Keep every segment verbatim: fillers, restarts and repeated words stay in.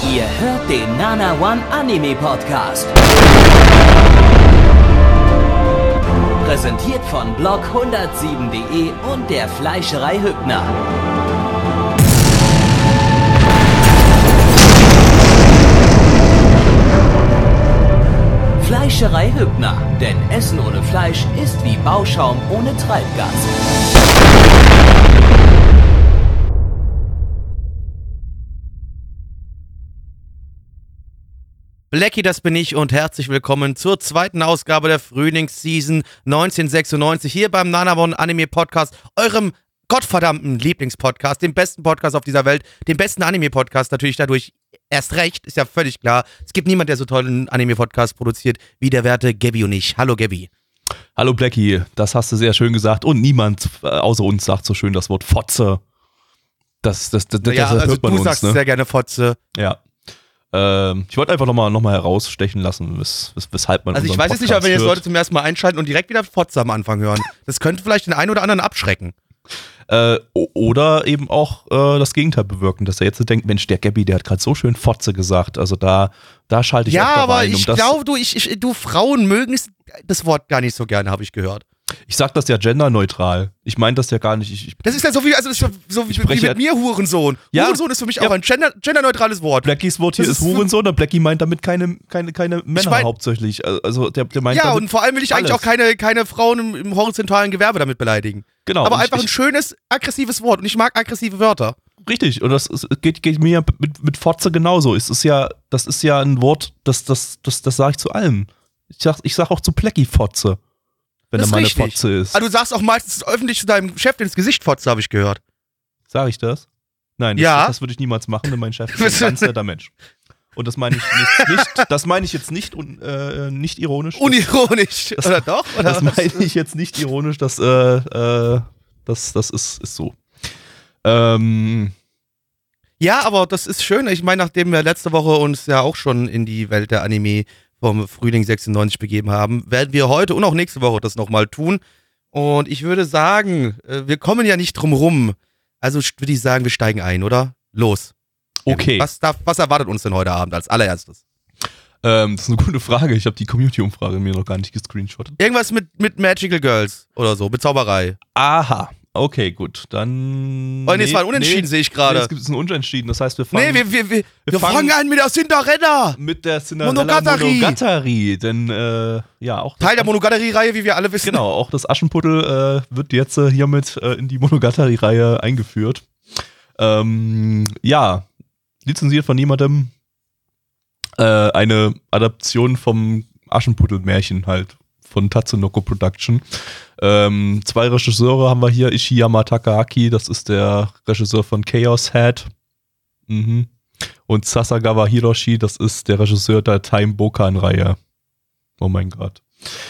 Ihr hört den Nana One Anime Podcast. Präsentiert von blog hundertsieben punkt de und der Fleischerei Hübner. Fleischerei Hübner, denn Essen ohne Fleisch ist wie Bauschaum ohne Treibgas. Blackie, das bin ich und herzlich willkommen zur zweiten Ausgabe der Frühlingsseason neunzehnhundertsechsundneunzig hier beim Nana One Anime Podcast, eurem gottverdammten Lieblingspodcast, dem besten Podcast auf dieser Welt, dem besten Anime-Podcast natürlich dadurch erst recht, ist ja völlig klar. Es gibt niemand, der so tollen Anime-Podcast produziert wie der werte Gabby und ich. Hallo Gabby. Hallo Blackie, das hast du sehr schön gesagt und niemand äh, außer uns sagt so schön das Wort Fotze. Das, das, das, das, ja, das also hört man du uns, sagst ne? sehr gerne Fotze. Ja. Ähm, ich wollte einfach nochmal noch mal herausstechen lassen, wes, wes, weshalb man Also ich unseren weiß jetzt nicht, aber wenn jetzt Podcast Leute zum ersten Mal einschalten und direkt wieder Fotze am Anfang hören, das könnte vielleicht den einen oder anderen abschrecken. Äh, oder eben auch äh, das Gegenteil bewirken, dass er jetzt denkt, Mensch, der Gabby, der hat gerade so schön Fotze gesagt, also da, da schalte ich ja, öfter aber rein. Um ich das, glaube, du, ich, ich, du Frauen mögen das Wort gar nicht so gerne, habe ich gehört. Ich sag das ja genderneutral. Ich meine das ja gar nicht. Ich, ich, das ist ja so wie, also das ist so wie, wie mit mir Hurensohn. Ja, Hurensohn ist für mich ja. auch ein gender, genderneutrales Wort. Blackies Wort hier das ist Hurensohn, und Blackie meint damit keine, keine, keine Männer ich mein, hauptsächlich. Also der, der meint ja, damit und vor allem will ich alles. eigentlich auch keine, keine Frauen im, im horizontalen Gewerbe damit beleidigen. Genau. Aber ich, einfach ich, ein schönes, aggressives Wort. Und ich mag aggressive Wörter. Richtig, und das ist, geht, geht mir mit, mit Fotze genauso. Es ist ja, das ist ja ein Wort, das, das, das, das sage ich zu allem. Ich sag, ich sag auch zu Blackie Fotze, wenn das er meine richtig. Fotze ist. Aber du sagst auch meistens öffentlich zu deinem Chef ins Gesicht Fotze, habe ich gehört. Sag ich das? Nein, das, ja. das, das würde ich niemals machen, denn mein Chef ist ein ganz netter Mensch. Und das meine ich nicht, nicht, das meine ich jetzt nicht, un, äh, nicht ironisch. Das, Unironisch, das, oder doch? Oder das meine ich jetzt nicht ironisch, das, äh, äh, das, das ist, ist so. Ähm... Ja, aber das ist schön. Ich meine, nachdem wir letzte Woche uns ja auch schon in die Welt der Anime vom Frühling sechsundneunzig begeben haben, werden wir heute und auch nächste Woche das nochmal tun. Und ich würde sagen, wir kommen ja nicht drum rum. Also würde ich sagen, wir steigen ein, oder? Los. Okay. Was, darf, was erwartet uns denn heute Abend als allererstes? Ähm, das ist eine gute Frage. Ich habe die Community-Umfrage mir noch gar nicht gescreenshottet. Irgendwas mit, mit Magical Girls oder so, mit Zauberei. Aha. Okay, gut. Dann. Oh, nee, es war ein Unentschieden, nee, sehe ich gerade. Nee, es gibt ein Unentschieden. Das heißt, wir fangen. Nee, wir, wir, wir, wir, wir fangen, fangen an mit der Cinderella. Mit der Cinderella Monogatari. Monogatari. Denn, äh, ja, auch. Teil der Monogatari-Reihe, wie wir alle wissen. Genau, auch das Aschenputtel äh, wird jetzt äh, hiermit äh, in die Monogatari-Reihe eingeführt. Ähm, ja. Lizenziert von niemandem. Äh, eine Adaption vom Aschenputtel-Märchen halt. Von Tatsunoko Production. Ähm, zwei Regisseure haben wir hier. Ishiyama Takaaki, das ist der Regisseur von Chaos Head. Mhm. Und Sasagawa Hiroshi, das ist der Regisseur der Time Bokan-Reihe. Oh mein Gott.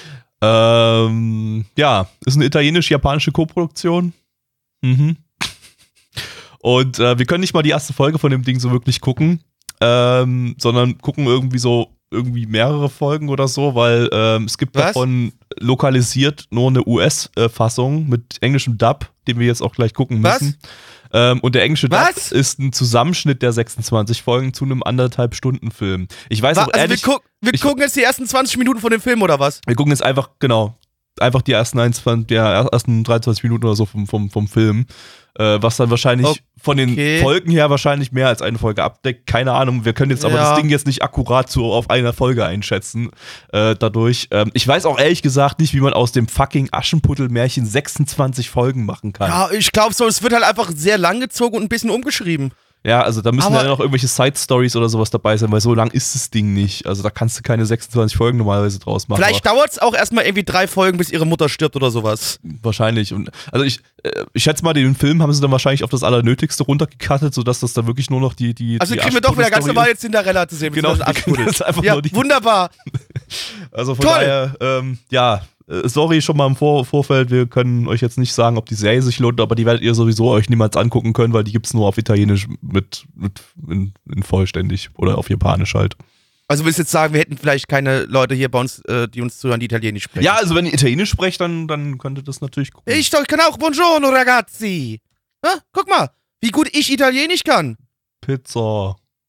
Ähm, ja, ist eine italienisch-japanische Koproduktion. Mhm. Und äh, wir können nicht mal die erste Folge von dem Ding so wirklich gucken, ähm, sondern gucken irgendwie so irgendwie mehrere Folgen oder so, weil ähm, es gibt Was? davon lokalisiert nur eine U S-Fassung mit englischem Dub, den wir jetzt auch gleich gucken müssen. Was? Ähm, und der englische Was? Dub ist ein Zusammenschnitt der sechsundzwanzig Folgen zu einem anderthalb Stunden Film. Ich weiß Wa- auch also ehrlich, wir, guck, wir ich, gucken jetzt die ersten zwanzig Minuten von dem Film, oder was? wir gucken jetzt einfach, genau, einfach die ersten, einundzwanzig, der ersten dreiundzwanzig Minuten oder so vom, vom, vom Film. Äh, was dann wahrscheinlich okay. von den Folgen her wahrscheinlich mehr als eine Folge abdeckt. Keine Ahnung, wir können jetzt aber ja. das Ding jetzt nicht akkurat so auf einer Folge einschätzen. Äh, dadurch. Ähm, ich weiß auch ehrlich gesagt nicht, wie man aus dem fucking Aschenputtel-Märchen sechsundzwanzig Folgen machen kann. Ja, ich glaube so, es wird halt einfach sehr lang gezogen und ein bisschen umgeschrieben. Ja, also da müssen aber ja noch irgendwelche Side-Stories oder sowas dabei sein, weil so lang ist das Ding nicht. Also da kannst du keine sechsundzwanzig Folgen normalerweise draus machen. Vielleicht dauert es auch erstmal irgendwie drei Folgen, bis ihre Mutter stirbt oder sowas. Wahrscheinlich. Und also ich, äh, ich schätze mal, den Film haben sie dann wahrscheinlich auf das Allernötigste runtergecuttet, sodass das dann wirklich nur noch die die Also die kriegen wir doch wieder ganz Aschenputtel-Story normal jetzt Cinderella zu sehen. Genau, das das ist einfach ja, nur die. wunderbar. Also von Toll. daher, ähm, ja, äh, sorry schon mal im Vor- Vorfeld, wir können euch jetzt nicht sagen, ob die Serie sich lohnt, aber die werdet ihr sowieso euch niemals angucken können, weil die gibt's nur auf Italienisch mit, mit in, in vollständig oder auf Japanisch halt. Also willst du jetzt sagen, wir hätten vielleicht keine Leute hier bei uns, äh, die uns zuhören, die Italienisch sprechen? Ja, also wenn ihr Italienisch sprecht, dann, dann könnt ihr das natürlich gucken. Ich doch, kann auch Buongiorno, ragazzi. Ha? Guck mal, wie gut ich Italienisch kann. Pizza.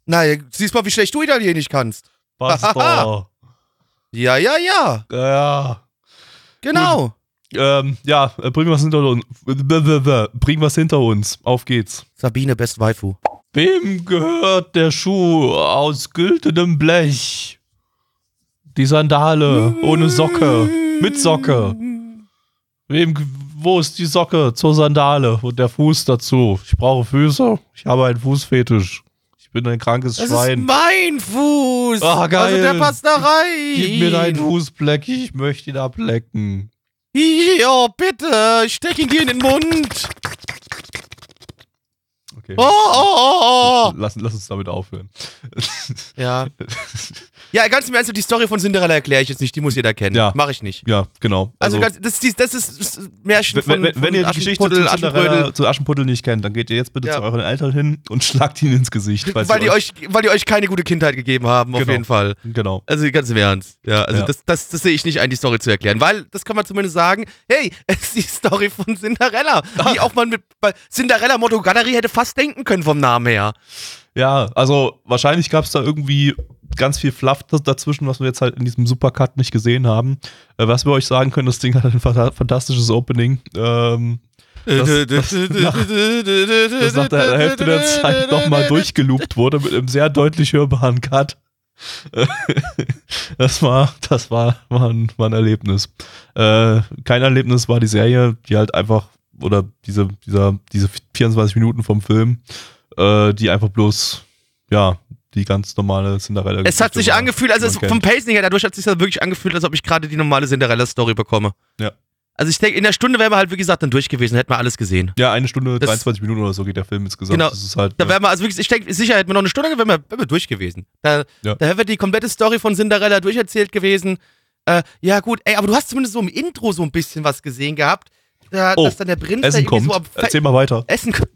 Na, siehst mal, wie schlecht du Italienisch kannst. Basta. Ja, ja, ja. Ja. Genau. Ähm, ja, äh, bring was hinter uns. Bring was hinter uns. Auf geht's. Sabine, Best Waifu. Wem gehört der Schuh aus gültenem Blech? Die Sandale ohne Socke. Mit Socke. Wem, wo ist die Socke zur Sandale und der Fuß dazu? Ich brauche Füße. Ich habe einen Fußfetisch. Ich bin ein krankes Das Schwein. ist mein Fuß. Ah, geil. Also der passt da rein. Gib mir deinen Fußbleck, ich möchte ihn ablecken. Ja, bitte. Ich steck ihn dir in den Mund. Okay. Oh, oh, oh, oh. Lass, lass uns damit aufhören. Ja. Ja, ganz im Ernst, die Story von Cinderella erkläre ich jetzt nicht, die muss jeder kennen. Ja. Mach ich nicht. Ja, genau. Also, also ganz, das, ist, das ist Märchen von, wenn, wenn, von wenn ihr die Geschichte zu Cinderella, zu Aschenputtel nicht kennt, dann geht ihr jetzt bitte ja. zu euren Eltern hin und schlagt ihn ins Gesicht. Weil die, euch, weil die euch keine gute Kindheit gegeben haben, auf genau. jeden Fall. Genau. Also ganz im Ernst. Ja, also Ja. Das, das, das sehe ich nicht ein, die Story zu erklären. Weil, das kann man zumindest sagen, hey, es ist die Story von Cinderella. Wie auch man mit bei Cinderella Monogatari hätte fast denken können vom Namen her. Ja, also wahrscheinlich gab es da irgendwie ganz viel Fluff dazwischen, was wir jetzt halt in diesem Supercut nicht gesehen haben. Äh, was wir euch sagen können, das Ding hat ein fantastisches Opening. Ähm, das, das, nach, das nach der Hälfte der Zeit nochmal durchgeloopt wurde mit einem sehr deutlich hörbaren Cut. Das war, das war, war, ein, war ein Erlebnis. Äh, kein Erlebnis war die Serie, die halt einfach, oder diese, dieser, diese vierundzwanzig Minuten vom Film, äh, die einfach bloß, ja, die ganz normale Cinderella. Es hat sich war, angefühlt, also es, kennt. vom Pacing her, dadurch hat es sich wirklich angefühlt, als ob ich gerade die normale Cinderella-Story bekomme. Ja. Also ich denke, in der Stunde wären wir halt, wie gesagt, dann durch gewesen, hätten wir alles gesehen. Ja, eine Stunde, Das- dreiundzwanzig Minuten oder so geht der Film insgesamt. Genau. Das ist halt, Da ja. wären wir, also wirklich, ich denke, sicher hätten wir noch eine Stunde, wären wir, wären wir durch gewesen. Da, Ja. da wäre die komplette Story von Cinderella durcherzählt gewesen. Äh, ja gut, ey, aber du hast zumindest so im Intro so ein bisschen was gesehen gehabt, da, Oh, dass dann der Prinz da Essen irgendwie kommt. so am Fe- Erzähl mal weiter. Essen kommt.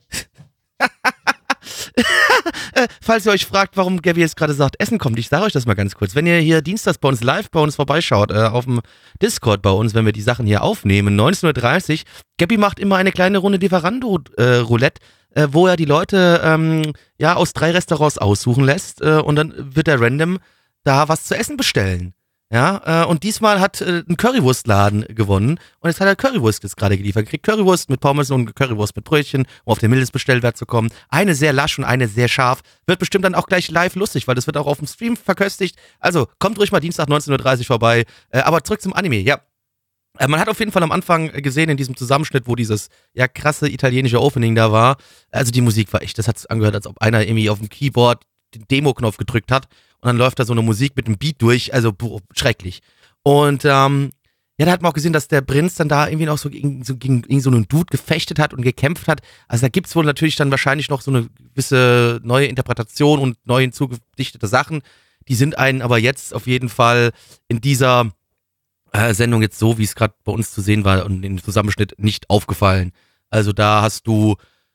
Äh, Falls ihr euch fragt, warum Gabby jetzt gerade sagt, Essen kommt, ich sage euch das mal ganz kurz. Wenn ihr hier dienstags bei uns live bei uns vorbeischaut, äh, auf dem Discord bei uns, wenn wir die Sachen hier aufnehmen, neunzehn Uhr dreißig, Gabby macht immer eine kleine Runde Lieferando-Roulette, äh, wo er die Leute ähm, ja aus drei Restaurants aussuchen lässt äh, und dann wird er random da was zu essen bestellen. Ja, äh, und diesmal hat äh, ein Currywurstladen gewonnen und jetzt hat er Currywurst jetzt gerade geliefert. Kriegt Currywurst mit Pommes und Currywurst mit Brötchen, um auf den Mindestbestellwert zu kommen. Eine sehr lasch und eine sehr scharf. Wird bestimmt dann auch gleich live lustig, weil das wird auch auf dem Stream verköstigt. Also kommt ruhig mal Dienstag neunzehn Uhr dreißig vorbei. Äh, aber zurück zum Anime, ja. Äh, man hat auf jeden Fall am Anfang gesehen in diesem Zusammenschnitt, wo dieses ja krasse italienische Opening da war. Also die Musik war echt, das hat sich angehört, als ob einer irgendwie auf dem Keyboard den Demo-Knopf gedrückt hat. Und dann läuft da so eine Musik mit einem Beat durch, also boah, schrecklich. Und ähm, ja, da hat man auch gesehen, dass der Prinz dann da irgendwie noch so gegen so, gegen, gegen so einen Dude gefechtet hat und gekämpft hat. Also da gibt's wohl natürlich dann wahrscheinlich noch so eine gewisse neue Interpretation und neu hinzugedichtete Sachen. Die sind einen aber jetzt auf jeden Fall in dieser äh, Sendung jetzt so, wie es gerade bei uns zu sehen war und im Zusammenschnitt nicht aufgefallen. Also da hast du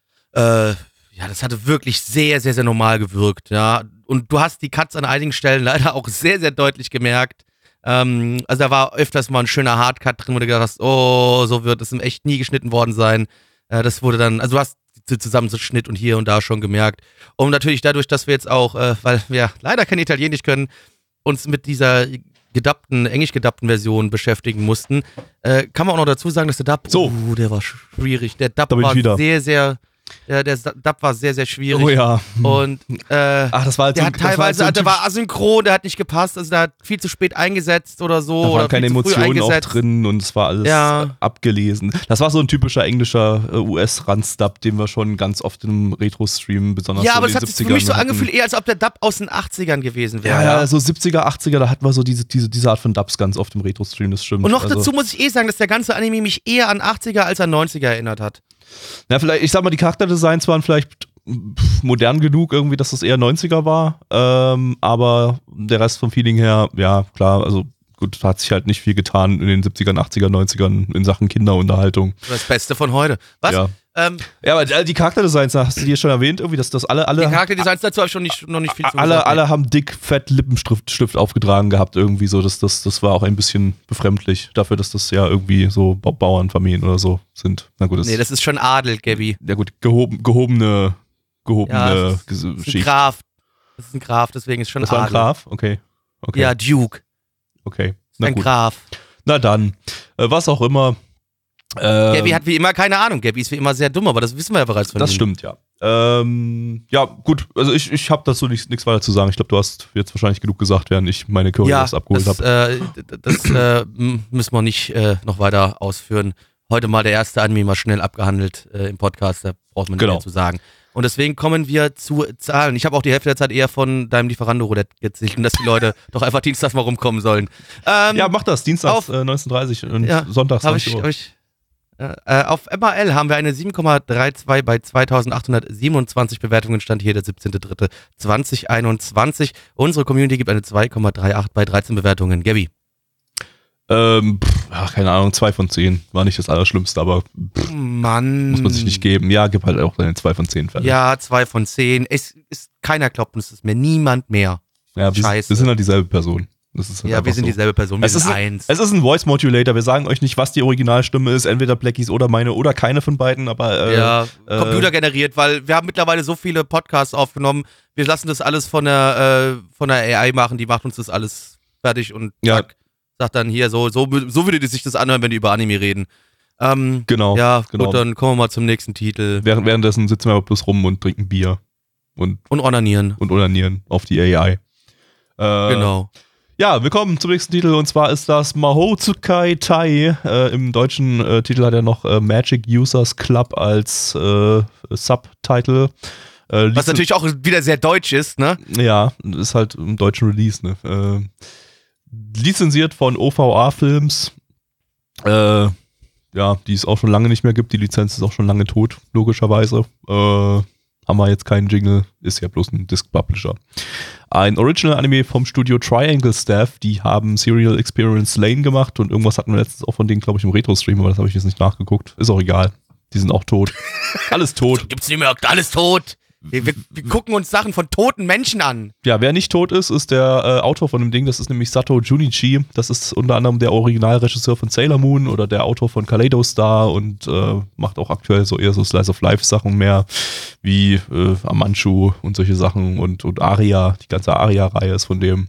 äh, ja, das hatte wirklich sehr, sehr, sehr normal gewirkt, ja. Und du hast die Cuts an einigen Stellen leider auch sehr, sehr deutlich gemerkt. Ähm, also da war öfters mal ein schöner Hardcut drin, wo du gedacht hast, oh, so wird es im echt nie geschnitten worden sein. Äh, das wurde dann, also du hast den Zusammenschnitt und hier und da schon gemerkt. Und natürlich dadurch, dass wir jetzt auch, äh, weil wir leider kein Italienisch können, uns mit dieser gedubbten, englisch gedubbten Version beschäftigen mussten, äh, kann man auch noch dazu sagen, dass der Dub, So. oh, der war schwierig. Der Dub Da bin ich war wieder. sehr, sehr, der, der Dub war sehr, sehr schwierig. Oh ja. Und äh, Ach, das war halt der so, hat das war halt teilweise, so ein der typisch- war asynchron, der hat nicht gepasst, also der hat viel zu spät eingesetzt oder so. Da oder waren keine viel zu früh Emotionen auch eingesetzt. drin und es war alles Ja. abgelesen. Das war so ein typischer englischer äh, U S-Randstub, den wir schon ganz oft im Retro-Stream besonders Ja, so aber in es den hat sich für siebzigern mich so hatten. angefühlt, eher als ob der Dub aus den achtzigern gewesen wäre. Ja, ja, so siebziger, achtziger, da hatten wir so diese, diese, diese Art von Dubs ganz oft im Retro-Stream, das stimmt. Und noch also, dazu muss ich eh sagen, dass der ganze Anime mich eher an achtziger als an neunziger erinnert hat. Na, vielleicht, ich sag mal, die Charakterdesigns waren vielleicht pff, modern genug irgendwie, dass das eher neunziger war, ähm, aber der Rest vom Feeling her, ja, klar, also gut, hat sich halt nicht viel getan in den siebzigern, achtzigern, neunzigern in Sachen Kinderunterhaltung. Das Beste von heute. Was? Ja. Ähm, Ja, aber die Charakterdesigns, hast du dir schon erwähnt, irgendwie, dass das alle, alle, die Charakterdesigns dazu habe ich schon nicht, noch nicht viel zu alle, gesagt. alle haben dick, fett Lippenstift Stift aufgetragen gehabt, irgendwie so. Das, das, das war auch ein bisschen befremdlich dafür, dass das ja irgendwie so Ba- Bauernfamilien oder so sind. Na gut, das, Nee, das ist schon Adel, Gabby. ja gut, gehoben, gehobene, gehobene Ja, das Ges- Das ist ein Schicht. Graf. Das ist ein Graf, deswegen ist schon Das war ein Adel. Graf? Okay. okay. Ja, Duke. Okay. Na Ein gut. Graf. Na dann. Äh, was auch immer. Ähm, Gabby hat wie immer keine Ahnung. Gabby ist wie immer sehr dumm, aber das wissen wir ja bereits von Das ihm. stimmt, ja. Ähm, ja, gut. Also ich, ich habe dazu nichts weiter zu sagen. Ich glaube, du hast jetzt wahrscheinlich genug gesagt, während ich meine Currywurst Ja, abgeholt das, habe. äh, das äh, m- müssen wir nicht äh, noch weiter ausführen. Heute mal der erste Anime mal schnell abgehandelt äh, im Podcast, da braucht man nicht Genau. mehr zu sagen. Und deswegen kommen wir zu Zahlen. Ich habe auch die Hälfte der Zeit eher von deinem Lieferando-Roulette gezählt, dass die Leute doch einfach dienstags mal rumkommen sollen. Ähm, Ja, mach das. Dienstags auf- äh, neunzehn Uhr dreißig und Ja, Sonntags Hab zwanzig ich, Uhr. hab ich, äh, auf M A L haben wir eine sieben Komma zweiunddreißig bei zweitausendachthundertsiebenundzwanzig Bewertungen, stand hier der siebzehnter dritter zweitausendeinundzwanzig. Unsere Community gibt eine zwei Komma achtunddreißig bei dreizehn Bewertungen. Gabby. Ähm, pff, ach, keine Ahnung, zwei von zehn. War nicht das Allerschlimmste, aber pff, Mann. muss man sich nicht geben. Ja, gib halt auch deine zwei von zehn. Fertig. Ja, zwei von zehn. Es ist, keiner glaubt uns das mehr. Niemand mehr. ja wir, scheiße. wir sind halt dieselbe Person. Das ist halt Ja, einfach wir sind so. dieselbe Person. Wir Es sind ist, ein, eins. es ist ein Voice Modulator. Wir sagen euch nicht, was die Originalstimme ist. Entweder Blackies oder meine oder keine von beiden. Aber äh, ja, äh, Computer generiert, weil wir haben mittlerweile so viele Podcasts aufgenommen. Wir lassen das alles von der, äh, von der A I machen. Die macht uns das alles fertig und Ja. zack, sagt dann hier, so, so, so würde die sich das anhören, wenn die über Anime reden. Ähm, genau. ja, genau. gut, dann kommen wir mal zum nächsten Titel. Während, währenddessen sitzen wir aber bloß rum und trinken Bier und, Und onanieren. und onanieren auf die A I. Äh, Genau. Ja, willkommen zum nächsten Titel und zwar ist das Mahotsukai Tai. Äh, Im deutschen äh, Titel hat er noch äh, Magic Users Club als äh, Subtitle. Äh, Was lizen- natürlich auch wieder sehr deutsch ist, ne? Ja, ist halt im deutschen Release, ne? Äh, lizenziert von O V A Films. Äh, ja, die es auch schon lange nicht mehr gibt. Die Lizenz ist auch schon lange tot, logischerweise. Äh, haben wir jetzt keinen Jingle, ist ja bloß ein Disc-Publisher. Ein Original-Anime vom Studio Triangle Staff, die haben Serial Experience Lane gemacht und irgendwas hatten wir letztens auch von denen, glaube ich, im Retro-Stream, aber das habe ich jetzt nicht nachgeguckt. Ist auch egal. Die sind auch tot. Alles tot. Gibt's nicht mehr, alles tot. Wir, wir, wir gucken uns Sachen von toten Menschen an. Ja, wer nicht tot ist, ist der äh, Autor von dem Ding, das ist nämlich Sato Junichi. Das ist unter anderem der Originalregisseur von Sailor Moon oder der Autor von Kaleido Star und äh, macht auch aktuell so eher so Slice-of-Life-Sachen mehr, wie äh, Amanchu und solche Sachen und, und Aria, die ganze Aria-Reihe ist von dem.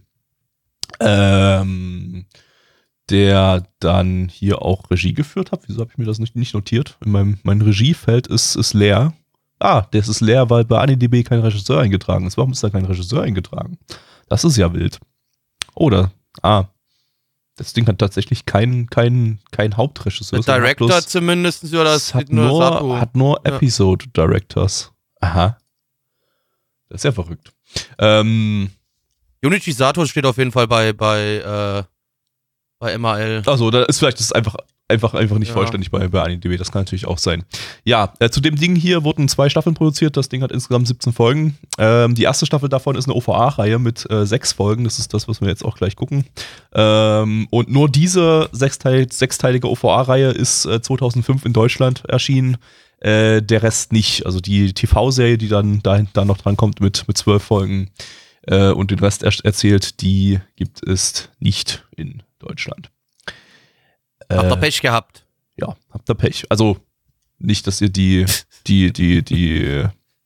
Ähm, der dann hier auch Regie geführt hat. Wieso habe ich mir das nicht, nicht notiert? In meinem mein Regiefeld ist, ist leer. Ah, das ist leer, weil bei AniDB kein Regisseur eingetragen ist. Warum ist da kein Regisseur eingetragen? Das ist ja wild. Oder, ah, das Ding hat tatsächlich keinen kein, kein Hauptregisseur. Der sondern hat Director bloß- zumindest, oder es das hat nur nur, Sato. hat nur Ja. Episode Directors. Aha. Das ist ja verrückt. Ähm, Junichi Sato steht auf jeden Fall bei, bei, äh, bei M A L. also, da ist vielleicht das einfach, einfach, einfach nicht Ja. vollständig bei, bei AniDB. Das kann natürlich auch sein. Ja, äh, zu dem Ding hier wurden zwei Staffeln produziert. Das Ding hat insgesamt siebzehn Folgen. Ähm, die erste Staffel davon ist eine O V A-Reihe mit äh, sechs Folgen. Das ist das, was wir jetzt auch gleich gucken. Ähm, und nur diese sechsteil, sechsteilige O V A-Reihe ist äh, zweitausendfünf in Deutschland erschienen. Äh, der Rest nicht. Also die T V-Serie, die dann da, da noch dran kommt mit, mit zwölf Folgen äh, und den Rest er erzählt, die gibt es nicht in Deutschland. Habt ihr Äh, Pech gehabt. ja, habt ihr Pech. Also nicht, dass ihr die, die, die, die.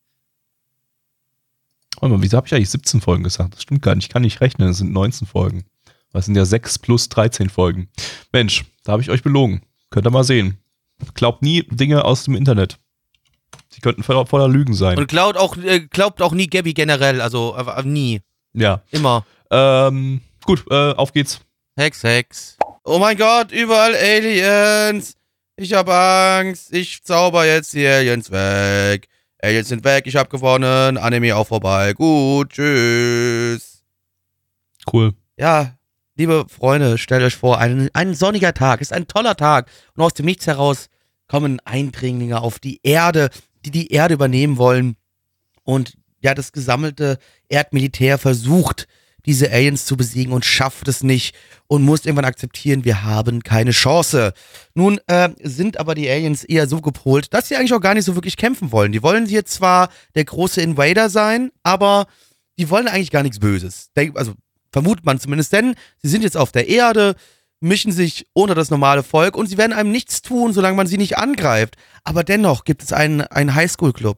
Warte mal, wieso habe ich eigentlich siebzehn Folgen gesagt? Das stimmt gar nicht. Ich kann nicht rechnen. Das sind neunzehn Folgen. Das sind ja sechs plus dreizehn Folgen. Mensch, da habe ich euch belogen. Könnt ihr mal sehen. Glaubt nie Dinge aus dem Internet. Sie könnten voller, voller Lügen sein. Und glaubt auch, äh, glaubt auch nie Gabby generell, also äh, nie. Ja. Immer. Ähm, gut, äh, auf geht's. Hex, Hex. Oh mein Gott, überall Aliens. Ich hab Angst. Ich zauber jetzt die Aliens weg. Aliens sind weg, ich hab gewonnen. Anime auch vorbei. Gut, tschüss. Cool. Ja, liebe Freunde, stellt euch vor, ein, ein sonniger Tag, ist ein toller Tag. Und aus dem Nichts heraus kommen Eindringlinge auf die Erde, die die Erde übernehmen wollen. Und ja, das gesammelte Erdmilitär versucht, diese Aliens zu besiegen und schafft es nicht und muss irgendwann akzeptieren, wir haben keine Chance. Nun äh, sind aber die Aliens eher so gepolt, dass sie eigentlich auch gar nicht so wirklich kämpfen wollen. Die wollen hier zwar der große Invader sein, aber die wollen eigentlich gar nichts Böses. Denk, also vermutet man zumindest, denn sie sind jetzt auf der Erde, mischen sich unter das normale Volk und sie werden einem nichts tun, solange man sie nicht angreift. Aber dennoch gibt es einen, einen Highschool-Club, ja,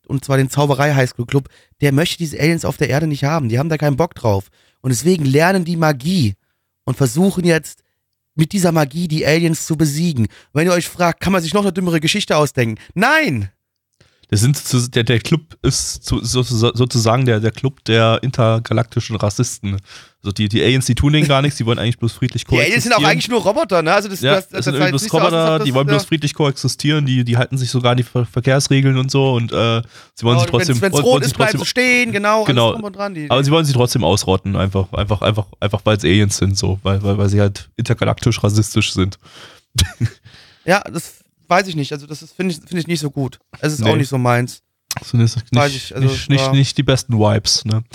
und zwar den Zauberei-Highschool-Club, der möchte diese Aliens auf der Erde nicht haben. Die haben da keinen Bock drauf. Und deswegen lernen die Magie und versuchen jetzt mit dieser Magie die Aliens zu besiegen. Und wenn ihr euch fragt, kann man sich noch eine dümmere Geschichte ausdenken? Nein! Das sind, der, der Club ist sozusagen der, der Club der intergalaktischen Rassisten. Also die, die Aliens, die tun denen gar nichts, die wollen eigentlich bloß friedlich koexistieren. Die Aliens sind auch eigentlich nur Roboter, ne? Also das, ja, das, das, das sind heißt bloß nicht Roboter, so aus, die wollen bloß ja. friedlich koexistieren, die, die halten sich sogar an die Ver- Verkehrsregeln und so und äh, sie wollen Ja, sich trotzdem... Wenn es wollen rot sich ist, bleiben trotzdem, sie stehen, genau. genau. Alles drum und dran, die, aber sie wollen sie trotzdem ausrotten, einfach, einfach, einfach, einfach weil es Aliens sind, so, weil, weil, weil sie halt intergalaktisch rassistisch sind. Ja, das weiß ich nicht. Also das finde ich, find ich nicht so gut. Es ist Nee. auch nicht so meins. Das sind nicht, Weiß nicht, ich, also, nicht, nicht, ja. nicht die besten Vibes, ne?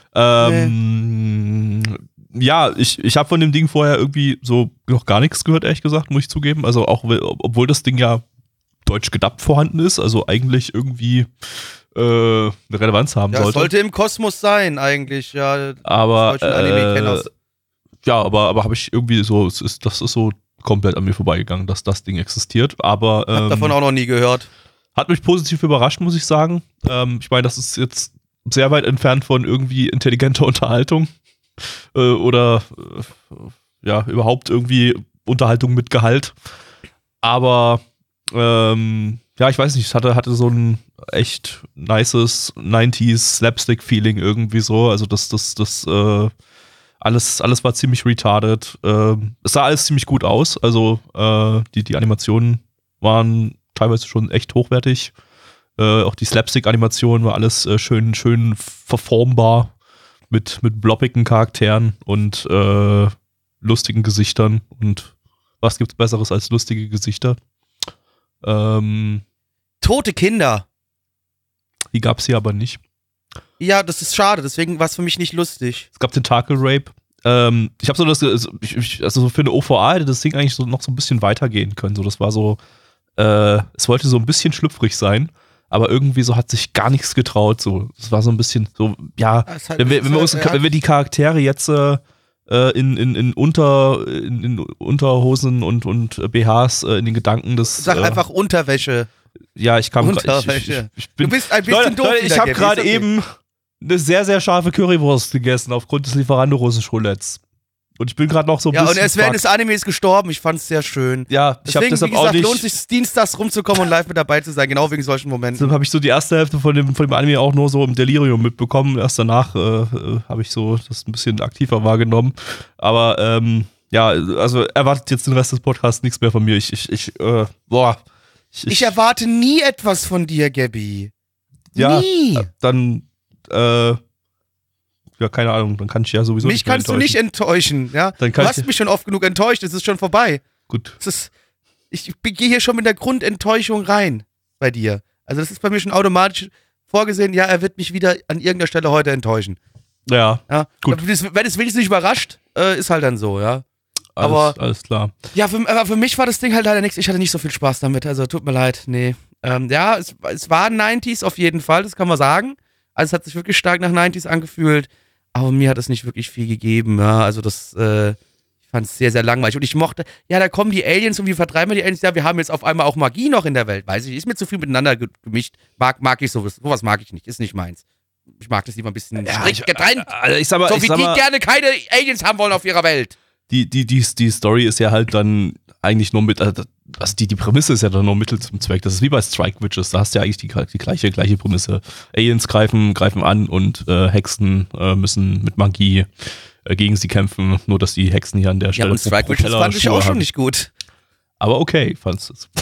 Ähm, Ja, ich, ich habe von dem Ding vorher irgendwie so noch gar nichts gehört, ehrlich gesagt, muss ich zugeben. Also auch, obwohl das Ding ja deutsch gedubbt vorhanden ist, also eigentlich irgendwie äh, eine Relevanz haben Ja, es sollte. sollte im Kosmos sein eigentlich, ja. aber deutschen Anime-Kenners. äh, ja, aber, aber habe ich irgendwie so, es ist, das ist so komplett an mir vorbeigegangen, dass das Ding existiert. Aber Hab ähm, davon auch noch nie gehört. hat mich positiv überrascht, muss ich sagen. Ähm, ich meine, das ist jetzt sehr weit entfernt von irgendwie intelligenter Unterhaltung äh, oder äh, ja, überhaupt irgendwie Unterhaltung mit Gehalt. Aber ähm, ja, ich weiß nicht, es hatte, hatte so ein echt nices nineties Slapstick-Feeling irgendwie so. Also das, das, das, äh, alles, alles war ziemlich retarded. Ähm, es sah alles ziemlich gut aus. Also äh, die, die Animationen waren teilweise schon echt hochwertig. Äh, auch die Slapstick-Animation war alles äh, schön, schön verformbar mit, mit blobbigen Charakteren und äh, lustigen Gesichtern. Und was gibt's Besseres als lustige Gesichter? Ähm, Tote Kinder. die gab's hier aber nicht. Ja, das ist schade, deswegen war es für mich nicht lustig. Es gab Tentacle Rape. Ähm, ich habe so das, ich, ich, also so für eine O V A hätte das Ding eigentlich so noch so ein bisschen weitergehen können. So, das war so, äh, es wollte so ein bisschen schlüpfrig sein, aber irgendwie so hat sich gar nichts getraut. So, es war so ein bisschen so, ja, Ja, ist halt- wenn wir, ist wenn wir, uns, halt- wenn wir die Charaktere jetzt äh, in, in, in, Unter, in, in Unterhosen und, und B Hs äh, in den Gedanken des. Sag äh, einfach Unterwäsche. Ja, ich kam grad, ich, ich, Unterwäsche. ich bin, Du bist ein bisschen Leute, doof Leute, ich wieder, habe Gabby, gerade ist okay. eben eine sehr, sehr scharfe Currywurst gegessen aufgrund des Lieferando-Rosenschoulettes. Und ich bin gerade noch so ein Ja, und bisschen. er ist während fucked. des Animes gestorben. Ich fand's sehr schön. Ja, ich habe Deswegen, deshalb wie gesagt, auch nicht. lohnt sich dienstags rumzukommen und live mit dabei zu sein, genau wegen solchen Momenten. Deshalb habe ich so die erste Hälfte von dem, von dem Anime auch nur so im Delirium mitbekommen. Erst danach äh, äh, habe ich so das ein bisschen aktiver wahrgenommen. Aber ähm, ja, also erwartet jetzt den Rest des Podcasts nichts mehr von mir. Ich, ich, ich, äh, boah. Ich, Ich erwarte nie etwas von dir, Gabby. ja, Nie. dann, äh, ja, keine Ahnung, dann kann ich ja sowieso Mich nicht mehr kannst du nicht enttäuschen, ja? Dann Du kann hast ich- mich schon oft genug enttäuscht, es ist schon vorbei. Gut. Es ist, ich gehe hier schon mit der Grundenttäuschung rein bei dir. Also das ist bei mir schon automatisch vorgesehen, ja, er wird mich wieder an irgendeiner Stelle heute enttäuschen. Ja, Ja? Gut. Aber das, wenn es wenigstens nicht überrascht, äh, ist halt dann so, ja. alles, Aber- alles klar. Ja, für, aber für mich war das Ding halt leider nichts. Ich hatte nicht so viel Spaß damit, also tut mir leid, nee. Ähm, ja, es, es war neunziger auf jeden Fall, das kann man sagen. Also es hat sich wirklich stark nach neunziger angefühlt, aber mir hat es nicht wirklich viel gegeben, ja. Also das, äh, ich fand es sehr, sehr langweilig. Und ich mochte, ja, da kommen die Aliens und wir vertreiben die Aliens, ja, wir haben jetzt auf einmal auch Magie noch in der Welt, weiß ich, ist mir zu viel miteinander ge- gemischt. Mag, mag ich sowas, sowas mag ich nicht, ist nicht meins. Ich mag das lieber ein bisschen strikt getrennt. Also ich sag mal, So ich wie sag die mal gerne keine Aliens haben wollen auf ihrer Welt. die, die, die, die Story ist ja halt dann eigentlich nur mit, also die, die Prämisse ist ja dann nur Mittel zum Zweck. Das ist wie bei Strike Witches, da hast du ja eigentlich die, die gleiche, gleiche Prämisse. Aliens greifen, greifen an und äh, Hexen äh, müssen mit Magie äh, gegen sie kämpfen, nur dass die Hexen hier an der Ja, Stelle und Strike Witches fand ich auch schon nicht gut. Aber okay, fandst du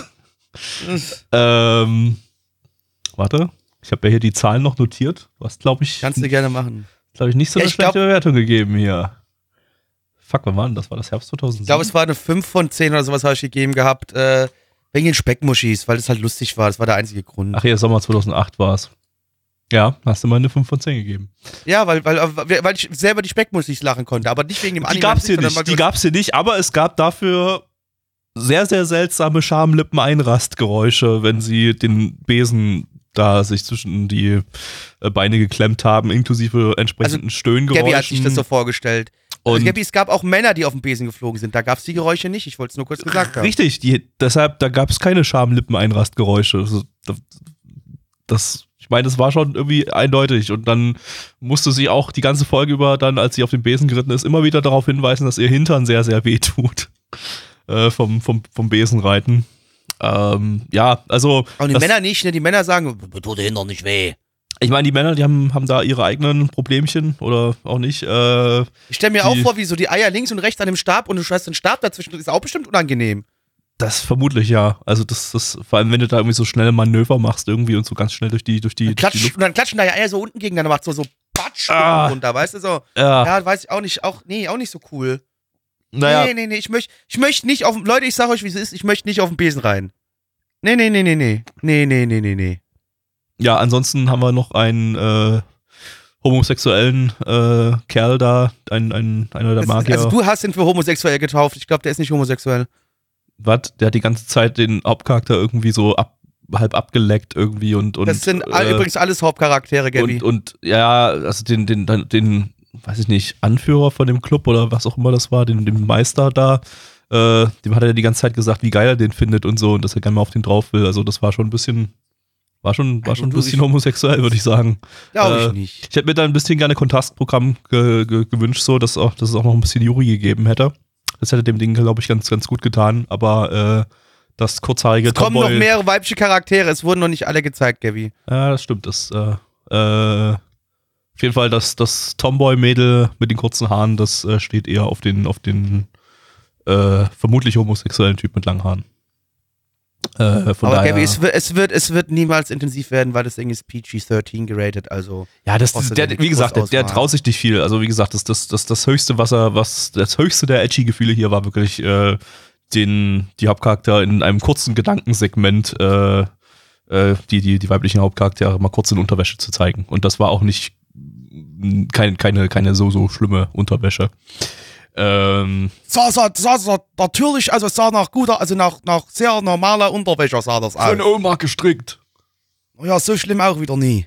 es. ähm, warte, ich habe ja hier die Zahlen noch notiert. Du hast, glaube ich, Kannst du gerne machen. glaube ich, nicht so Ja, eine ich glaub- schlechte Bewertung gegeben hier. Fuck, wann war denn das? War das Herbst zweitausendsieben? Ich glaube, es war eine fünf von zehn oder sowas habe ich gegeben gehabt, äh, wegen den Speckmuschis, weil das halt lustig war. Das war der einzige Grund. Ach ja, Sommer zweitausendacht war es. Ja, hast du mal eine fünf von zehn gegeben. Ja, weil, weil, weil ich selber die Speckmuschis lachen konnte, aber nicht wegen dem Die Anime. gab's hier sondern nicht, weil die du- gab's hier nicht, aber es gab dafür sehr, sehr seltsame Schamlippen-Einrastgeräusche, wenn sie den Besen da sich zwischen die äh, Beine geklemmt haben, inklusive entsprechenden Stöhngeräuschen. Gabby hat sich das so vorgestellt. Und- Also Gabby, es gab auch Männer, die auf dem Besen geflogen sind. Da gab es die Geräusche nicht. Ich wollte es nur kurz gesagt haben. Richtig, die, deshalb, da gab es keine Schamlippen-Einrastgeräusche. Also, das, Ich meine, das war schon irgendwie eindeutig und dann musste sie auch die ganze Folge über dann, als sie auf den Besen geritten ist, immer wieder darauf hinweisen, dass ihr Hintern sehr, sehr weh tut äh, vom, vom, vom Besenreiten. Ähm, ja, also... Aber die das, Männer nicht, ne? Die Männer sagen, tut der Hintern nicht weh. Ich meine, die Männer, die haben, haben da ihre eigenen Problemchen oder auch nicht. Äh, ich stelle mir die, auch vor, wie so die Eier links und rechts an dem Stab und du scheißt den Stab dazwischen, das ist auch bestimmt unangenehm. Das vermutlich, ja. Also das, das, vor allem wenn du da irgendwie so schnell Manöver machst irgendwie und so ganz schnell durch die, durch die, und, durch die klatsch, und dann klatschen da ja Eier so unten gegeneinander, macht so, so Patsch ah, runter, weißt du, so. Ja. ja, weiß ich auch nicht, auch, nee, auch nicht so cool. Naja. Nee, nee, nee, ich möchte ich möcht nicht auf, Leute, ich sag euch, wie es ist, ich möchte nicht auf den Besen rein. Nee, nee, nee, nee, nee, nee, nee, nee, nee, nee. Ja, ansonsten haben wir noch einen äh, homosexuellen äh, Kerl da, ein, ein, einer der Magier. Also du hast ihn für homosexuell getauft, ich glaube, der ist nicht homosexuell. Was? Der hat die ganze Zeit den Hauptcharakter irgendwie so ab, halb abgeleckt irgendwie und... und das sind äh, übrigens alles Hauptcharaktere, Gabby. Und, und ja, also den, den, den, den, weiß ich nicht, Anführer von dem Club oder was auch immer das war, den, den Meister da, äh, dem hat er die ganze Zeit gesagt, wie geil er den findet und so und dass er gerne mal auf den drauf will. Also das war schon ein bisschen... War schon, war also schon ein du, bisschen ich, homosexuell, würde ich sagen. Glaube äh, ich nicht. Ich hätte mir da ein bisschen gerne Kontrastprogramm ge, ge, gewünscht, so, dass, auch, dass es auch noch ein bisschen Juri gegeben hätte. Das hätte dem Ding, glaube ich, ganz, ganz gut getan. Aber äh, das kurzhaarige Es kommen Tomboy, noch mehrere weibliche Charaktere, es wurden noch nicht alle gezeigt, Gabby. Ja, das stimmt. Das, äh, äh, auf jeden Fall, das, das Tomboy-Mädel mit den kurzen Haaren, das äh, steht eher auf den, auf den äh, vermutlich homosexuellen Typ mit langen Haaren. Äh, von Aber daher, Gabby, es wird, es, wird, es wird niemals intensiv werden, weil das Ding ist P G dreizehn geratet, also. ja, das, das der, wie gesagt, der, der traut sich nicht viel. Also wie gesagt, das, das, das, das höchste, was er, was, das höchste der edgy Gefühle hier war wirklich äh, den, die Hauptcharakter in einem kurzen Gedankensegment, äh, äh, die, die, die weiblichen Hauptcharaktere mal kurz in Unterwäsche zu zeigen. Und das war auch nicht kein, keine, keine so, so schlimme Unterwäsche. Ähm, sah, sah, sah, sah natürlich, also es sah nach guter, also nach, nach sehr normaler Unterwäsche sah das aus. von Oma gestrickt. Ja, so schlimm auch wieder nie.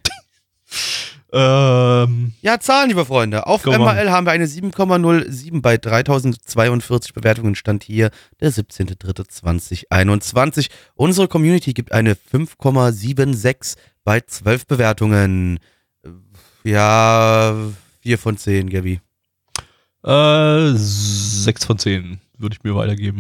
ähm, ja, Zahlen, liebe Freunde. Auf M H L haben wir eine sieben Komma null sieben bei dreitausendzweiundvierzig Bewertungen. Stand hier der siebzehnter dritter zweitausendeinundzwanzig. Unsere Community gibt eine fünf Komma sechsundsiebzig bei zwölf Bewertungen. Ja, vier von zehn, Gabby. Äh, sechs von zehn würde ich mir weitergeben.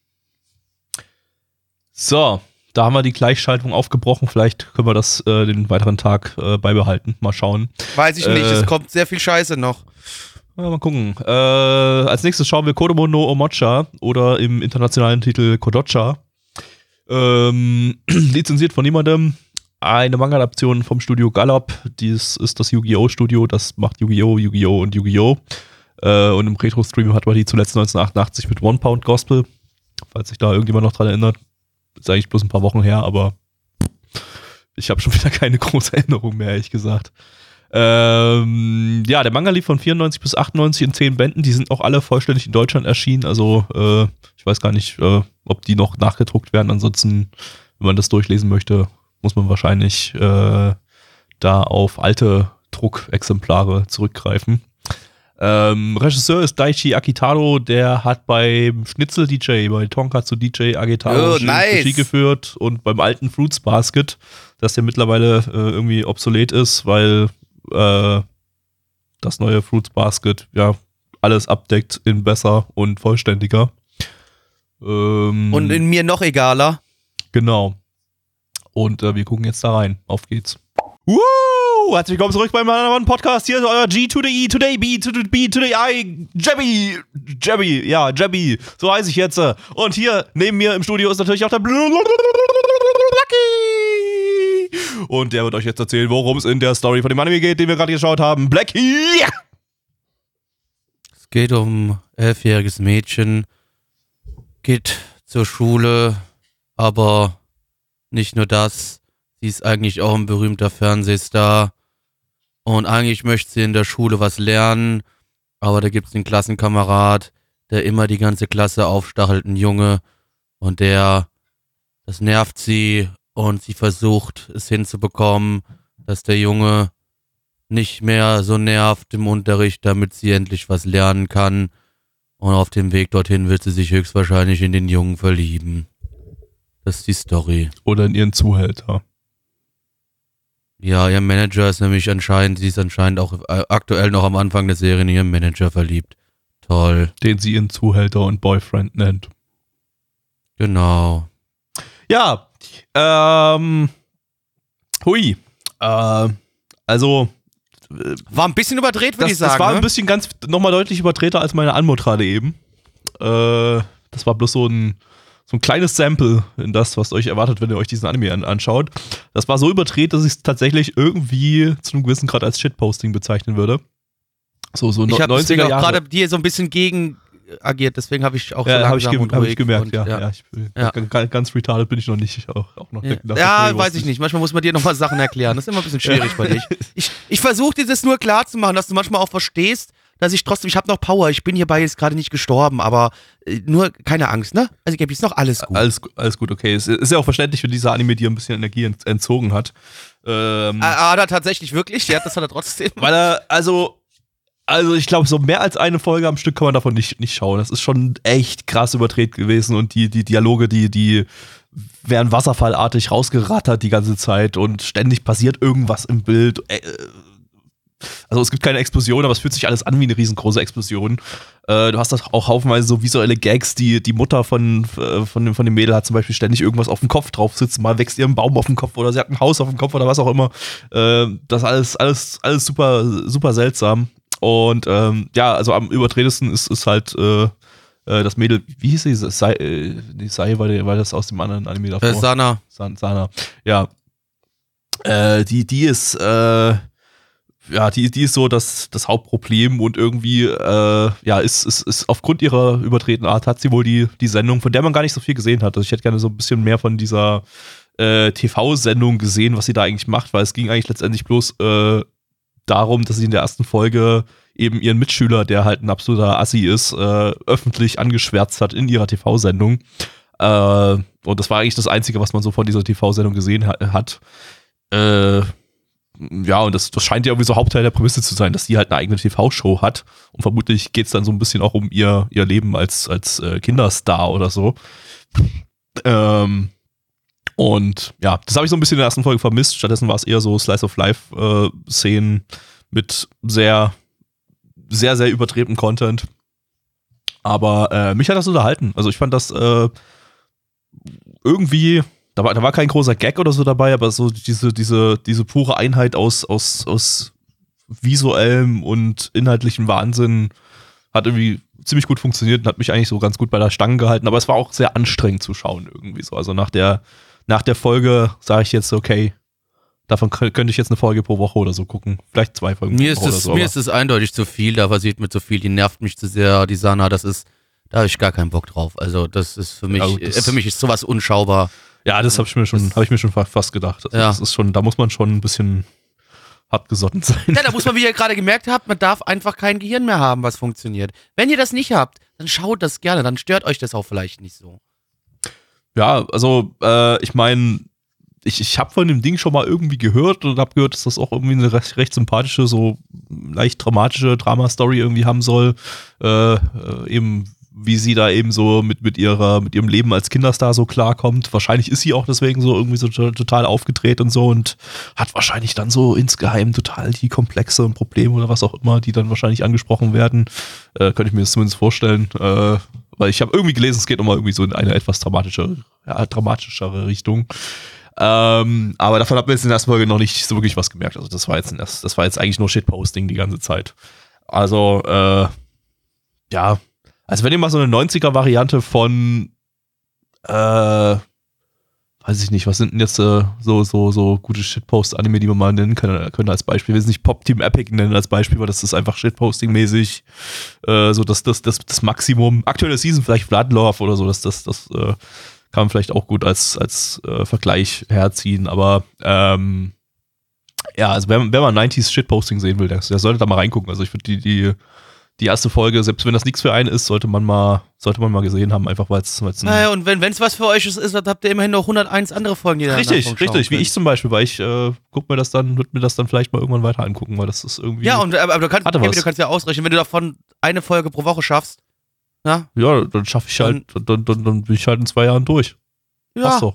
So, da haben wir die Gleichschaltung aufgebrochen. Vielleicht können wir das äh, den weiteren Tag äh, beibehalten. Mal schauen. Weiß ich äh, nicht, es kommt sehr viel Scheiße noch. Ja, mal gucken. Äh, als nächstes schauen wir Kodomo no Omocha oder im internationalen Titel Kodocha. Ähm, lizenziert von niemandem. Eine Manga-Adaption vom Studio Gallop. Dies ist das Yu-Gi-Oh! Studio. Das macht Yu-Gi-Oh!, Yu-Gi-Oh! Und Yu-Gi-Oh! Äh, und im Retro-Stream hat man die zuletzt neunzehnhundertachtundachtzig mit One Pound Gospel. Falls sich da irgendjemand noch dran erinnert. Ist eigentlich bloß ein paar Wochen her, aber ich habe schon wieder keine große Erinnerung mehr, ehrlich gesagt. Ähm, ja, der Manga lief von vierundneunzig bis achtundneunzig in zehn Bänden. Die sind auch alle vollständig in Deutschland erschienen. Also äh, ich weiß gar nicht, äh, ob die noch nachgedruckt werden. Ansonsten, wenn man das durchlesen möchte, muss man wahrscheinlich äh, da auf alte Druckexemplare zurückgreifen. Ähm, Regisseur ist Daichi Akitaro, der hat beim Schnitzel-D J, bei Tonkatsu D J Akitaro oh, nice. Regie geführt und beim alten Fruits Basket, das ja mittlerweile äh, irgendwie obsolet ist, weil äh, das neue Fruits Basket ja alles abdeckt in besser und vollständiger. Ähm, und in mir noch egaler. Genau. Und äh, wir gucken jetzt da rein. Auf geht's. Woo! Herzlich willkommen zurück beim anderen Podcast. Hier ist euer G to the E, to the B, to the B, to the I, Jabby. Jabby, ja, Jabby. So heiße ich jetzt. Und hier neben mir im Studio ist natürlich auch der Lucky. Und der wird euch jetzt erzählen, worum es in der Story von dem Anime geht, den wir gerade geschaut haben. Blackie! Es geht um ein elfjähriges Mädchen, geht zur Schule, aber nicht nur das. Sie ist eigentlich auch ein berühmter Fernsehstar und eigentlich möchte sie in der Schule was lernen, aber da gibt es einen Klassenkamerad, der immer die ganze Klasse aufstachelt, ein Junge, und der, das nervt sie und sie versucht es hinzubekommen, dass der Junge nicht mehr so nervt im Unterricht, damit sie endlich was lernen kann, und auf dem Weg dorthin wird sie sich höchstwahrscheinlich in den Jungen verlieben. Das ist die Story. Oder in ihren Zuhälter. Ja, ihr Manager ist nämlich anscheinend, sie ist anscheinend auch äh, aktuell noch am Anfang der Serie in ihren Manager verliebt. Toll. Den sie ihren Zuhälter und Boyfriend nennt. Genau. Ja, ähm, hui. Äh, also. War ein bisschen überdreht, würde ich sagen. Das war ne? ein bisschen ganz, nochmal deutlich überdrehter als meine Anmut gerade eben. Äh, das war bloß so ein, so ein kleines Sample in das, was euch erwartet, wenn ihr euch diesen Anime an, anschaut. Das war so überdreht, dass ich es tatsächlich irgendwie zu einem gewissen Grad als Shitposting bezeichnen würde. So, so ich habe deswegen auch Jahre. gerade dir so ein bisschen gegen agiert, deswegen habe ich auch ja, so langsam hab ich, und hab ich gemerkt, und, ja. ja. ja, ich bin, ja. Ganz, ganz retarded bin ich noch nicht. Auch, auch noch ja, das ja weiß ich nicht. Manchmal muss man dir nochmal Sachen erklären. Das ist immer ein bisschen schwierig bei dir. Ich, ich versuche dir das nur klar zu machen, dass du manchmal auch verstehst, dass ich trotzdem, ich habe noch Power, ich bin hierbei jetzt gerade nicht gestorben, aber äh, nur keine Angst, ne? Also Gabi, ist noch alles gut. Alles, alles gut, okay. Es ist ja auch verständlich, wenn dieser Anime dir ein bisschen Energie ent, entzogen hat. Ähm, ah, hat er tatsächlich wirklich? Ja, das hat er trotzdem. Weil er, also... Also ich glaube, so mehr als eine Folge am Stück kann man davon nicht, nicht schauen. Das ist schon echt krass überdreht gewesen und die, die Dialoge, die, die werden wasserfallartig rausgerattert die ganze Zeit und ständig passiert irgendwas im Bild. Also es gibt keine Explosion, aber es fühlt sich alles an wie eine riesengroße Explosion. Du hast auch haufenweise so visuelle Gags, die die Mutter von, von, dem, von dem Mädel hat zum Beispiel ständig irgendwas auf dem Kopf drauf sitzen. Mal wächst ihr ein Baum auf dem Kopf oder sie hat ein Haus auf dem Kopf oder was auch immer. Das ist alles, alles, alles super, super seltsam. Und ähm, ja, also am übertretesten ist, ist halt äh, das Mädel, wie hieß sie? Sai, äh, die Sai war, die, war das aus dem anderen Anime davor. Äh, Sana. San, Sana, ja. Äh, die, die ist, äh, ja, die, die ist so das, das Hauptproblem und irgendwie, äh, ja, ist, ist, ist aufgrund ihrer übertretenen Art hat sie wohl die, die Sendung, von der man gar nicht so viel gesehen hat. Also ich hätte gerne so ein bisschen mehr von dieser äh, T V-Sendung gesehen, was sie da eigentlich macht, weil es ging eigentlich letztendlich bloß äh, darum, dass sie in der ersten Folge eben ihren Mitschüler, der halt ein absoluter Assi ist, äh, öffentlich angeschwärzt hat in ihrer T V-Sendung. Äh, und das war eigentlich das Einzige, was man so von dieser T V-Sendung gesehen ha- hat. Äh, ja, und das, das scheint ja irgendwie so Hauptteil der Prämisse zu sein, dass sie halt eine eigene T V-Show hat. Und vermutlich geht es dann so ein bisschen auch um ihr, ihr Leben als, als äh, Kinderstar oder so. Ähm, Und ja, das habe ich so ein bisschen in der ersten Folge vermisst. Stattdessen war es eher so Slice-of-Life-Szenen äh, mit sehr, sehr, sehr überdrehtem Content. Aber äh, mich hat das unterhalten. Also ich fand das äh, irgendwie, da war, da war kein großer Gag oder so dabei, aber so diese, diese, diese pure Einheit aus, aus, aus visuellem und inhaltlichem Wahnsinn hat irgendwie ziemlich gut funktioniert und hat mich eigentlich so ganz gut bei der Stange gehalten. Aber es war auch sehr anstrengend zu schauen irgendwie so. Also nach der Nach der Folge sage ich jetzt, okay, davon könnte ich jetzt eine Folge pro Woche oder so gucken. Vielleicht zwei Folgen mir pro Woche ist oder es, so. Mir ist es eindeutig zu viel, da passiert mir zu viel, die nervt mich zu sehr, die Sana, das ist, da habe ich gar keinen Bock drauf. Also das ist für mich, ja, gut, äh, für mich ist sowas unschaubar. Ja, das habe ich mir schon, habe ich mir schon fast gedacht. Also ja. Das ist schon, da muss man schon ein bisschen hartgesotten sein. Ja, da muss man, wie ihr gerade gemerkt habt, man darf einfach kein Gehirn mehr haben, was funktioniert. Wenn ihr das nicht habt, dann schaut das gerne, dann stört euch das auch vielleicht nicht so. Ja, also äh, ich meine, ich, ich habe von dem Ding schon mal irgendwie gehört und habe gehört, dass das auch irgendwie eine recht, recht sympathische, so leicht dramatische Drama-Story irgendwie haben soll. Äh, äh, eben wie sie da eben so mit, mit, ihrer, mit ihrem Leben als Kinderstar so klarkommt. Wahrscheinlich ist sie auch deswegen so irgendwie so total aufgedreht und so und hat wahrscheinlich dann so insgeheim total die Komplexe und Probleme oder was auch immer, die dann wahrscheinlich angesprochen werden. Äh, könnte ich mir das zumindest vorstellen. Äh, weil ich habe irgendwie gelesen, es geht nochmal irgendwie so in eine etwas dramatische, ja, dramatischere Richtung. Ähm, aber davon hat man jetzt in der ersten Folge noch nicht so wirklich was gemerkt. Also das war jetzt, ein, das war jetzt eigentlich nur Shitposting die ganze Zeit. Also, äh, ja, also wenn ihr mal so eine neunziger-Variante von, äh, weiß ich nicht, was sind denn jetzt äh, so, so, so gute Shitpost-Anime, die wir mal nennen können, können als Beispiel. Wir will nicht Pop Team Epic nennen als Beispiel, weil das ist einfach Shitposting-mäßig äh, so das, das, das, das Maximum. Aktuelle Season vielleicht Bloodlove oder so, das, das, das äh, kann man vielleicht auch gut als, als äh, Vergleich herziehen, aber ähm, ja, also wenn, wenn man neunziger Shitposting sehen will, der, der sollte da mal reingucken. Also ich finde die, die Die erste Folge, selbst wenn das nichts für einen ist, sollte man mal, sollte man mal gesehen haben, einfach weil es ein naja, und wenn es was für euch ist, ist, dann habt ihr immerhin noch hunderteins andere Folgen, die ihr Richtig, richtig, wie ich zum Beispiel, weil ich äh, guck mir das dann, würde mir das dann vielleicht mal irgendwann weiter angucken, weil das ist irgendwie. Ja, und aber, aber du, kannst, Gabi, du kannst ja ausrechnen, wenn du davon eine Folge pro Woche schaffst, na? Ja, dann schaffe ich halt, dann, dann, dann bin ich halt in zwei Jahren durch. Ja. Passt doch.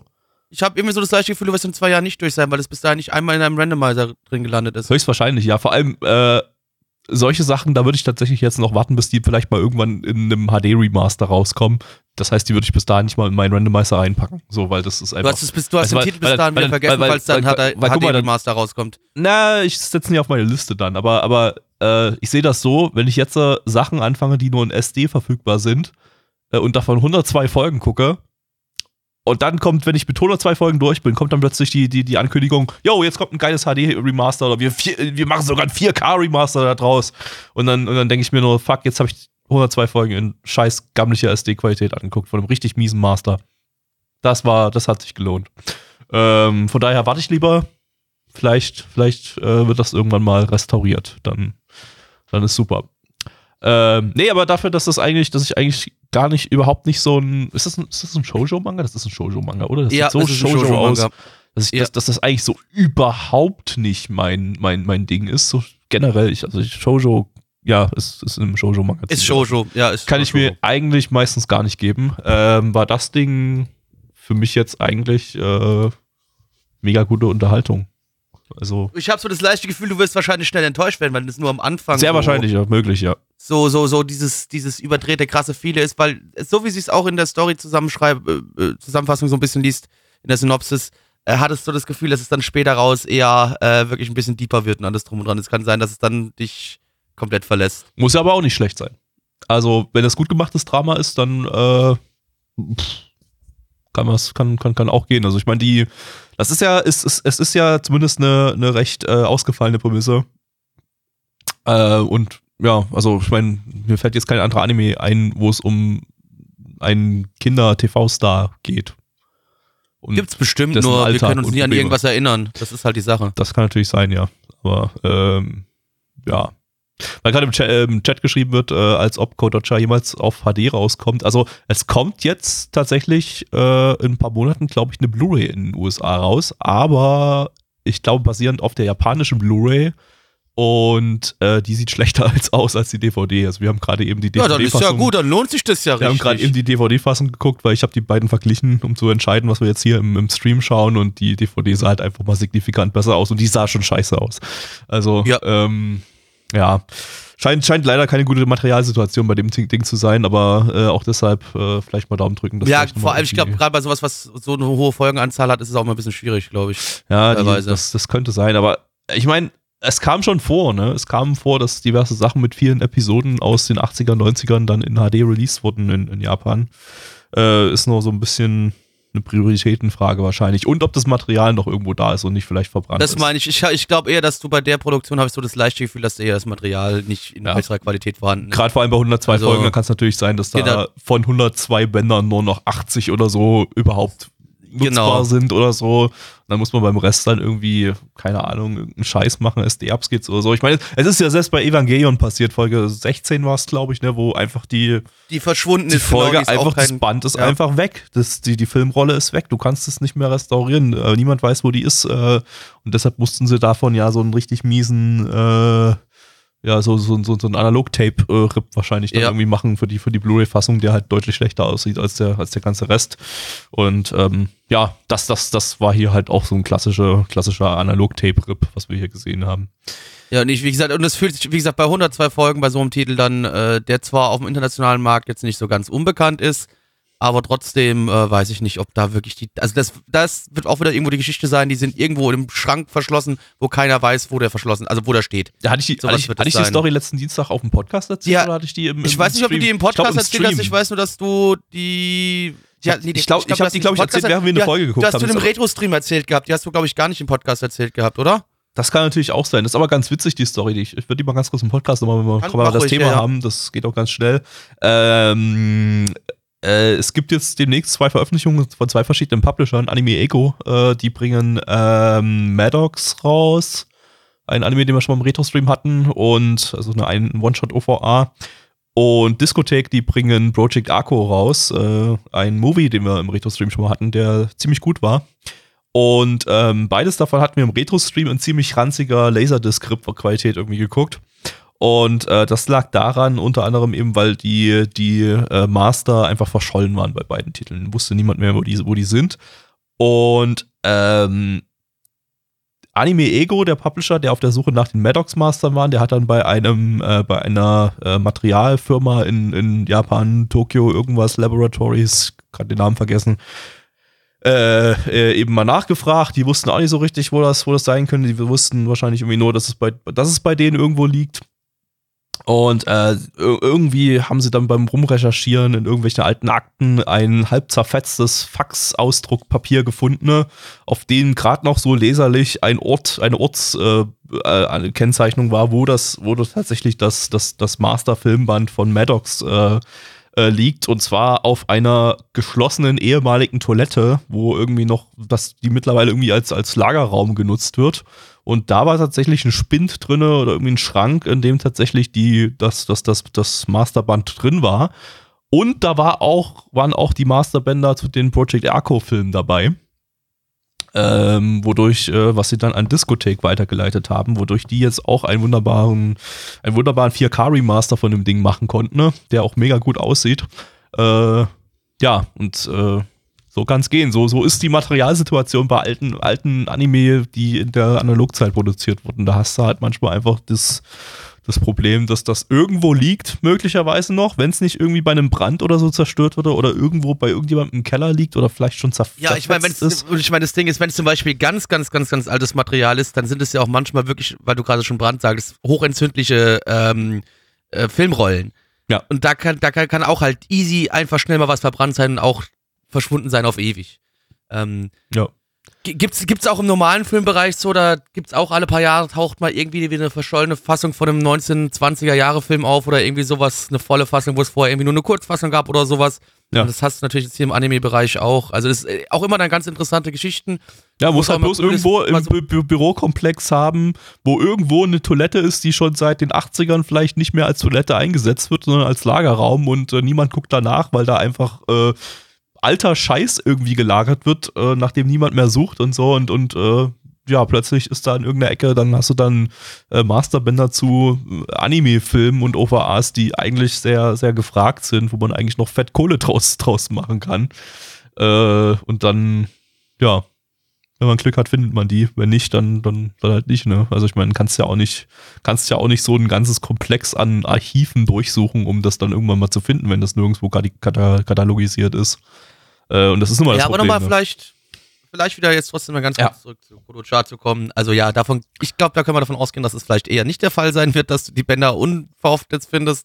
Ich habe irgendwie so das gleiche Gefühl, du wirst in zwei Jahren nicht durch sein, weil es bis dahin nicht einmal in einem Randomizer drin gelandet ist. Höchstwahrscheinlich, ja. Vor allem, äh, solche Sachen, da würde ich tatsächlich jetzt noch warten, bis die vielleicht mal irgendwann in einem H D-Remaster rauskommen. Das heißt, die würde ich bis dahin nicht mal in meinen Randomizer reinpacken. So, weil das ist einfach. Du hast, es bis, du hast also, den weil, Titel bis weil, dahin weil, wieder vergessen, weil, falls dann weil, weil, weil, H guck mal, dann- D-Remaster rauskommt. Na, ich setze nicht auf meine Liste dann, aber, aber äh, ich sehe das so, wenn ich jetzt äh, Sachen anfange, die nur in S D verfügbar sind äh, und davon hundertzwei Folgen gucke und dann kommt, wenn ich mit hundertzwei Folgen durch bin, kommt dann plötzlich die, die, die Ankündigung, yo, jetzt kommt ein geiles H D-Remaster oder wir, vier, wir machen sogar ein vier K-Remaster da draus und dann, und dann denke ich mir nur, fuck, jetzt habe ich hundertzwei Folgen in scheiß gammeliger S D-Qualität angeguckt von einem richtig miesen Master. Das war, das hat sich gelohnt. Ähm, von daher warte ich lieber. Vielleicht, vielleicht äh, wird das irgendwann mal restauriert. Dann, dann ist super. Ähm, nee, aber dafür, dass das eigentlich, dass ich eigentlich gar nicht, überhaupt nicht so ein. Ist das ein, ist das ein Shoujo-Manga? Das ist ein Shoujo-Manga, oder? Das Ja, sieht so das ist ein Shoujo aus, Shoujo-Manga. dass, ich, Ja. dass, dass das eigentlich so überhaupt nicht mein, mein, mein Ding ist. So generell, ich, also ich, Shoujo, ja, ist, ist im Shoujo-Manga. Ist Shoujo, ja. Ist Kann ich Shoujo. mir eigentlich meistens gar nicht geben. Ähm, war das Ding für mich jetzt eigentlich äh, mega gute Unterhaltung. Also Ich habe so das leichte Gefühl, du wirst wahrscheinlich schnell enttäuscht werden, weil das nur am Anfang sehr so, wahrscheinlich, ja, möglich, ja. so, so, so dieses, dieses überdrehte, krasse Viele ist, weil so wie sie es auch in der Story zusammenschreib, äh, Zusammenfassung so ein bisschen liest, in der Synopsis, äh, hattest du das Gefühl, dass es dann später raus eher äh, wirklich ein bisschen deeper wird und alles drum und dran. Es kann sein, dass es dann dich komplett verlässt. Muss aber auch nicht schlecht sein. Also, wenn das gut gemachtes Drama ist, dann äh, pff, kann was kann, kann, kann auch gehen. Also ich meine, die, das ist ja, es ist, es ist ja zumindest eine, eine recht äh, ausgefallene Prämisse. Äh, und ja, also ich meine, mir fällt jetzt kein anderer Anime ein, wo es um einen Kinder-T V-Star geht. Und Gibt's bestimmt, dessen nur wir Alltag können uns und nie an Probleme. irgendwas erinnern. Das ist halt die Sache. Das kann natürlich sein, ja. Aber ähm, ja. Weil gerade im Chat, äh, im Chat geschrieben wird, äh, als ob Kodocha jemals auf H D rauskommt. Also es kommt jetzt tatsächlich äh, in ein paar Monaten, glaube ich, eine Blu-ray in den U S A raus. Aber ich glaube, basierend auf der japanischen Blu-ray. Und äh, die sieht schlechter als aus als die D V D. Also wir haben gerade eben die D V Ja, D-Fassung. dann ist ja gut, dann lohnt sich das ja Wir haben richtig. gerade eben die D V D-Fassung geguckt, weil ich habe die beiden verglichen, um zu entscheiden, was wir jetzt hier im, im Stream schauen. Und die D V D sah halt einfach mal signifikant besser aus. Und die sah schon scheiße aus. Also, Ja. ähm, ja, scheint, scheint leider keine gute Materialsituation bei dem Ding zu sein, aber äh, auch deshalb äh, vielleicht mal Daumen drücken. dass Ja, vielleicht noch vor mal allem, ich glaube, irgendwie- gerade bei sowas, was so eine hohe Folgenanzahl hat, ist es auch mal ein bisschen schwierig, glaube ich. Ja, die, teilweise. das, das könnte sein, aber ich meine, es kam schon vor, ne? Es kam vor, dass diverse Sachen mit vielen Episoden aus den achtziger, neunzigern dann in H D released wurden in, in Japan. Äh, ist nur so ein bisschen eine Prioritätenfrage wahrscheinlich. Und ob das Material noch irgendwo da ist und nicht vielleicht verbrannt Das ist. meine ich. Ich, ich glaube eher, dass du bei der Produktion habe ich so das leichte Gefühl, dass eher das Material nicht in Ja. besserer Qualität vorhanden ist. Gerade vor allem bei hundertzwei Also- Folgen, da kann es natürlich sein, dass da Genau. von hundertzwei Bändern nur noch achtzig oder so überhaupt nutzbar Genau. sind oder so. Und dann muss man beim Rest dann irgendwie, keine Ahnung, irgendeinen Scheiß machen, S D-Upskits oder so. Ich meine, es ist ja selbst bei Evangelion passiert, Folge sechzehn war es, glaube ich, ne, wo einfach die, Die verschwunden die ist. genau, Folge die ist auch einfach, das kein- Band ist ja. einfach weg. Das, die, die Filmrolle ist weg. Du kannst es nicht mehr restaurieren. Äh, niemand weiß, wo die ist. Äh, und deshalb mussten sie davon ja so einen richtig miesen, äh, ja, so, so, so, so ein Analog-Tape-Rip wahrscheinlich dann Ja. irgendwie machen für die, für die Blu-ray-Fassung, der halt deutlich schlechter aussieht als der, als der ganze Rest. Und ähm, ja, das, das, das war hier halt auch so ein klassischer, klassischer Analog-Tape-Rip, was wir hier gesehen haben. Ja, und ich, wie gesagt, und es fühlt sich, wie gesagt, bei hundertzwei Folgen bei so einem Titel dann, äh, der zwar auf dem internationalen Markt jetzt nicht so ganz unbekannt ist, aber trotzdem äh, weiß ich nicht, ob da wirklich die, also das, das wird auch wieder irgendwo die Geschichte sein, die sind irgendwo im Schrank verschlossen, wo keiner weiß, wo der verschlossen, also wo der steht. Da hatte ich, die, Sowas hatte ich, wird hatte es ich die sein. Story letzten Dienstag auf dem Podcast erzählt Ja, oder hatte ich die im, im Ich weiß nicht, ob du Stream? die im Ich glaub, Podcast im erzählt hast, Stream. ich weiß nur, dass du die... Ja, nee, Ich glaub- ich hab du hast die, glaub ich, im Podcast- erzählt, während wir eine ja, Folge geguckt Du hast haben. du Das im ist aber- Retro-Stream erzählt gehabt, die hast du, glaube ich, gar nicht im Podcast erzählt gehabt, oder? Das kann natürlich auch sein. Das ist aber ganz witzig, die Story. Die ich ich würde die mal ganz kurz im Podcast nochmal, wenn wir Kann- wenn wir mach das ruhig, Thema ja, ja. haben. Das geht auch ganz schnell. Ähm, äh, es gibt jetzt demnächst zwei Veröffentlichungen von zwei verschiedenen Publishern. Anime Echo, äh, die bringen ähm, Maddox raus. Ein Anime, den wir schon mal im Retro-Stream hatten. Und also eine, ein One-Shot-O V A. Und Discothek, die bringen Project Arco raus. Äh, ein Movie, den wir im Retro-Stream schon mal hatten, der ziemlich gut war. Und ähm, beides davon hatten wir im Retro-Stream in ziemlich ranziger Laserdisc-Qualität irgendwie geguckt. Und äh, das lag daran, unter anderem eben, weil die, die äh, Master einfach verschollen waren bei beiden Titeln. Wusste niemand mehr, wo die, wo die sind. Und ähm, Anime Ego, der Publisher, der auf der Suche nach den Maddox Mastern war, der hat dann bei einem, äh, bei einer äh, Materialfirma in, in Japan, Tokyo, irgendwas, Laboratories, gerade den Namen vergessen, äh, äh, eben mal nachgefragt. Die wussten auch nicht so richtig, wo das, wo das sein könnte. Die wussten wahrscheinlich irgendwie nur, dass es bei, dass es bei denen irgendwo liegt. Und äh, irgendwie haben sie dann beim Rumrecherchieren in irgendwelchen alten Akten ein halb zerfetztes Faxausdruckpapier gefunden, auf dem gerade noch so leserlich ein Ort, eine Ortskennzeichnung äh, war, wo das, wo das tatsächlich das, das, das Master-Filmband von Maddox äh, äh, liegt. Und zwar auf einer geschlossenen ehemaligen Toilette, wo irgendwie noch, das, die mittlerweile irgendwie als, als Lagerraum genutzt wird. Und da war tatsächlich ein Spind drin oder irgendwie ein Schrank, in dem tatsächlich die, das, das, das, das Masterband drin war. Und da war auch, waren auch die Masterbänder zu den Project Arco-Filmen dabei. Ähm, wodurch, äh, was sie dann an Discothek weitergeleitet haben, wodurch die jetzt auch einen wunderbaren, einen wunderbaren vier K Remaster von dem Ding machen konnten, ne? Der auch mega gut aussieht. Äh, ja, und äh, so kann es gehen. So, so ist die Materialsituation bei alten, alten Anime, die in der Analogzeit produziert wurden. Da hast du halt manchmal einfach das, das Problem, dass das irgendwo liegt, möglicherweise noch, wenn es nicht irgendwie bei einem Brand oder so zerstört wurde oder irgendwo bei irgendjemandem im Keller liegt oder vielleicht schon zerfetzt Ja, ich meine, ist. Ich meine, das Ding ist, wenn es zum Beispiel ganz, ganz, ganz, ganz altes Material ist, dann sind es ja auch manchmal wirklich, weil du gerade schon Brand sagst, hochentzündliche ähm, äh, Filmrollen. Ja. Und da kann, da kann, kann auch halt easy einfach schnell mal was verbrannt sein und auch verschwunden sein auf ewig. Ähm, ja. Gibt's, gibt's auch im normalen Filmbereich so, oder gibt's auch alle paar Jahre, taucht mal irgendwie eine verschollene Fassung von einem neunzehnhundertzwanziger-Jahre-Film auf oder irgendwie sowas, eine volle Fassung, wo es vorher irgendwie nur eine Kurzfassung gab oder sowas. Ja. Und das hast du natürlich jetzt hier im Anime-Bereich auch. Also das ist auch immer dann ganz interessante Geschichten. Ja, muss halt bloß irgendwo im so Bü- Bürokomplex haben, wo irgendwo eine Toilette ist, die schon seit den achtzigern vielleicht nicht mehr als Toilette eingesetzt wird, sondern als Lagerraum und äh, niemand guckt danach, weil da einfach äh, alter Scheiß irgendwie gelagert wird, äh, nachdem niemand mehr sucht und so und, und äh, ja, plötzlich ist da in irgendeiner Ecke, dann hast du dann äh, Masterbänder zu äh, Anime-Filmen und O V As, die eigentlich sehr, sehr gefragt sind, wo man eigentlich noch fett Kohle draus, draus machen kann. Äh, und dann, ja, wenn man Glück hat, findet man die. Wenn nicht, dann, dann, dann halt nicht, ne? Also ich meine, kannst ja auch nicht, kannst ja auch nicht so ein ganzes Komplex an Archiven durchsuchen, um das dann irgendwann mal zu finden, wenn das nirgendwo katalogisiert ist. Äh, und das ist nun mal das ja, Problem. Ja, aber nochmal ne? vielleicht, vielleicht wieder jetzt trotzdem mal ganz ja. kurz zurück zu Kodocha zu kommen. Also ja, davon, ich glaube, da können wir davon ausgehen, dass es vielleicht eher nicht der Fall sein wird, dass du die Bänder unverhofft jetzt findest.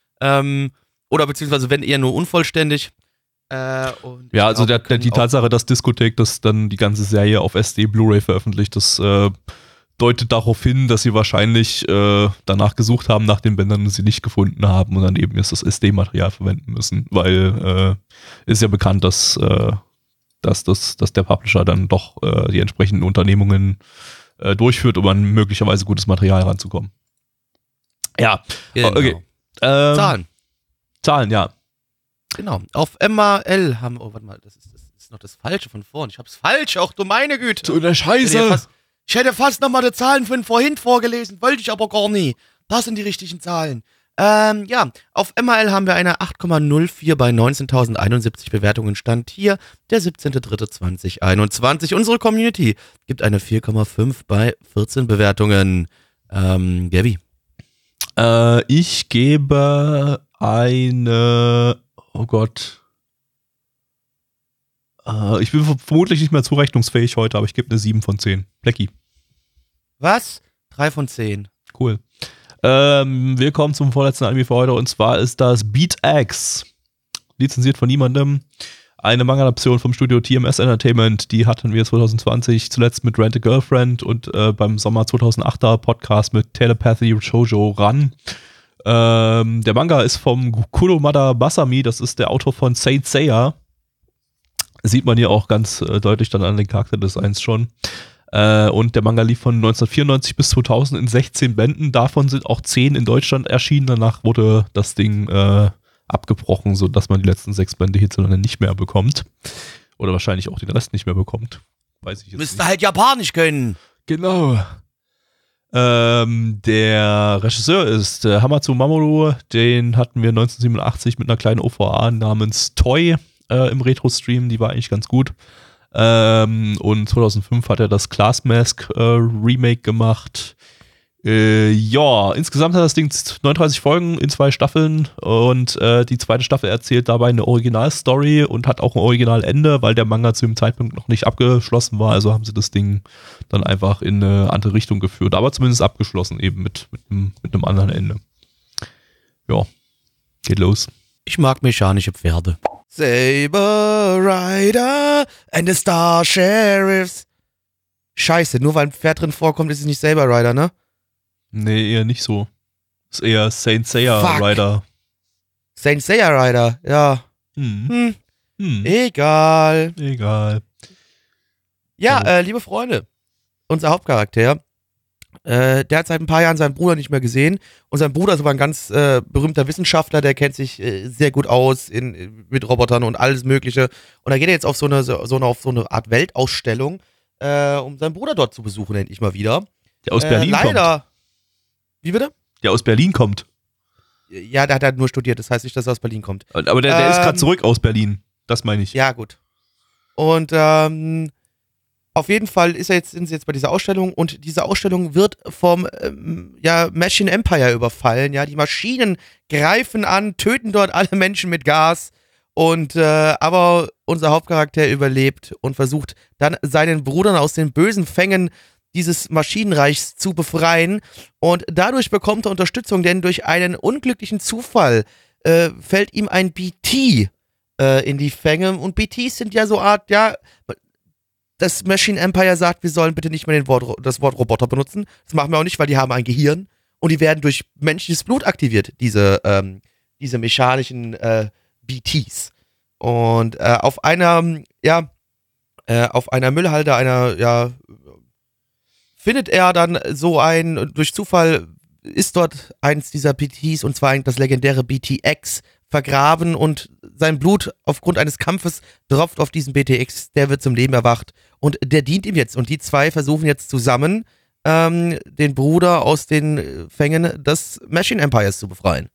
Ähm, oder beziehungsweise wenn eher nur unvollständig. Äh, und ja, also glaub, der, der, die Tatsache, dass Discothek das dann die ganze Serie auf S D Blu-ray veröffentlicht, das äh, deutet darauf hin, dass sie wahrscheinlich äh, danach gesucht haben nach den Bändern und sie nicht gefunden haben und dann eben erst das S D-Material verwenden müssen, weil äh, ist ja bekannt, dass, äh, dass, dass, dass der Publisher dann doch äh, die entsprechenden Unternehmungen äh, durchführt, um an möglicherweise gutes Material ranzukommen. Ja, genau. Okay. Ähm, Zahlen. Zahlen, ja. Genau. Auf M A L haben, oh, warte mal, das ist, das ist noch das Falsche von vorn. Ich hab's falsch, auch du meine Güte. So eine Scheiße. Ich hätte fast nochmal die Zahlen von vorhin vorgelesen, wollte ich aber gar nie. Das sind die richtigen Zahlen. Ähm, ja, auf M A L haben wir eine acht Komma null vier bei neunzehntausendeinundsiebzig Bewertungen. Stand hier der siebzehnter dritter zweitausendeinundzwanzig. Unsere Community gibt eine vier Komma fünf bei vierzehn Bewertungen. Ähm, Gabi? Äh, ich gebe eine, oh Gott. Äh, ich bin vermutlich nicht mehr zurechnungsfähig heute, aber ich gebe eine sieben von zehn. Blackie. Was? drei von zehn. Cool. Ähm, wir kommen zum vorletzten Anime für heute und zwar ist das Beat X. Lizenziert von niemandem. Eine Manga-Adaption vom Studio T M S Entertainment. Die hatten wir zwanzig zwanzig zuletzt mit Rent a Girlfriend und äh, beim Sommer zweitausendachter Podcast mit Telepathy Shoujo Run. Ähm, der Manga ist vom Kuromada Masami. Das ist der Autor von Saint Seiya. Sieht man hier auch ganz äh, deutlich dann an den Charakterdesigns schon. Äh, und der Manga lief von neunzehnhundertvierundneunzig bis zweitausend in sechzehn Bänden. Davon sind auch zehn in Deutschland erschienen. Danach wurde das Ding äh, abgebrochen, sodass man die letzten sechs Bände hierzulande nicht mehr bekommt. Oder wahrscheinlich auch den Rest nicht mehr bekommt. Weiß ich jetzt Müsste nicht. halt Japanisch können. Genau. Ähm, der Regisseur ist äh, Hamato Mamoru. Den hatten wir neunzehnhundertsiebenundachtzig mit einer kleinen O V A namens Toy äh, im Retro-Stream. Die war eigentlich ganz gut. Ähm, und zweitausendfünf hat er das Class Mask äh, Remake gemacht. Äh, ja, insgesamt hat das Ding neununddreißig Folgen in zwei Staffeln und äh, die zweite Staffel erzählt dabei eine Originalstory und hat auch ein Originalende, weil der Manga zu dem Zeitpunkt noch nicht abgeschlossen war. Also haben sie das Ding dann einfach in eine andere Richtung geführt, aber zumindest abgeschlossen eben mit, mit, einem, mit einem anderen Ende. Ja, geht los. Ich mag mechanische Pferde. Saber Rider and the Star Sheriffs. Scheiße, nur weil ein Pferd drin vorkommt, ist es nicht Saber Rider, ne? Nee, eher nicht so. Ist eher Saint Seiya Fuck. Rider. Saint Seiya Rider, ja. Hm. Hm. Hm. Egal. Egal. Ja, Also- äh, liebe Freunde, unser Hauptcharakter, äh, der hat seit ein paar Jahren seinen Bruder nicht mehr gesehen. Und sein Bruder ist aber ein ganz äh, berühmter Wissenschaftler, der kennt sich äh, sehr gut aus in, mit Robotern und alles Mögliche. Und da geht er jetzt auf so eine, so, so eine, auf so eine Art Weltausstellung, äh, um seinen Bruder dort zu besuchen, endlich mal wieder. Der aus äh, Berlin leider. kommt. Wie bitte? Der aus Berlin kommt. Ja, der hat halt nur studiert, das heißt nicht, dass er aus Berlin kommt. Aber der, der ist gerade Ähm, zurück aus Berlin. Das meine ich. Ja, gut. Und ähm, auf jeden Fall ist er jetzt, sind sie jetzt bei dieser Ausstellung und diese Ausstellung wird vom ähm, ja, Machine Empire überfallen. Ja, die Maschinen greifen an, töten dort alle Menschen mit Gas. Und äh, aber unser Hauptcharakter überlebt und versucht dann seinen Brudern aus den bösen Fängen dieses Maschinenreichs zu befreien. Und dadurch bekommt er Unterstützung, denn durch einen unglücklichen Zufall äh, fällt ihm ein B T äh, in die Fänge. Und B Ts sind ja so Art, ja, das Machine Empire sagt, wir sollen bitte nicht mehr den Wort, das Wort Roboter benutzen. Das machen wir auch nicht, weil die haben ein Gehirn und die werden durch menschliches Blut aktiviert, diese, ähm, diese mechanischen äh, B Ts. Und äh, auf einer, ja, äh, auf einer Müllhalde, einer, ja, findet er dann so ein, durch Zufall ist dort eins dieser B Ts, und zwar das legendäre B T X, vergraben, und sein Blut aufgrund eines Kampfes tropft auf diesen B T X, der wird zum Leben erwacht und der dient ihm jetzt, und die zwei versuchen jetzt zusammen, ähm, den Bruder aus den Fängen des Machine Empires zu befreien.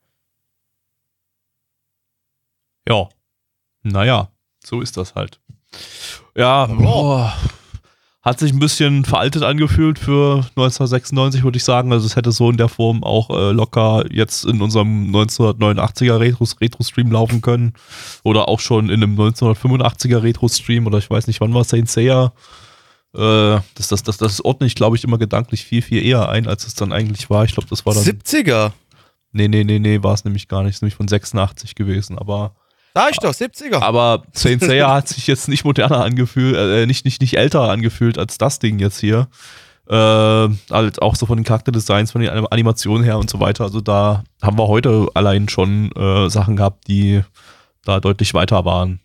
Ja. Naja, so ist das halt. Ja, boah. Hat sich ein bisschen veraltet angefühlt für neunzehnhundertsechsundneunzig, würde ich sagen. Also es hätte so in der Form auch äh, locker jetzt in unserem neunzehnhundertneunundachtziger Retro- Retro-Stream laufen können. Oder auch schon in einem neunzehnhundertfünfundachtziger Retro-Stream, oder ich weiß nicht, wann war Saint Seiya. Äh, das, das, das, das ordne ich, glaube ich, immer gedanklich viel, viel eher ein, als es dann eigentlich war. Ich glaube, das war dann... siebziger? Nee, nee, nee, nee, war es nämlich gar nicht. Es ist nämlich von sechsundachtzig gewesen, aber... Sag ich doch, siebziger. Aber Saint Seiya hat sich jetzt nicht moderner angefühlt, äh, nicht, nicht, nicht älter angefühlt als das Ding jetzt hier. Äh, halt auch so von den Charakterdesigns, von den Animationen her und so weiter. Also da haben wir heute allein schon äh, Sachen gehabt, die da deutlich weiter waren.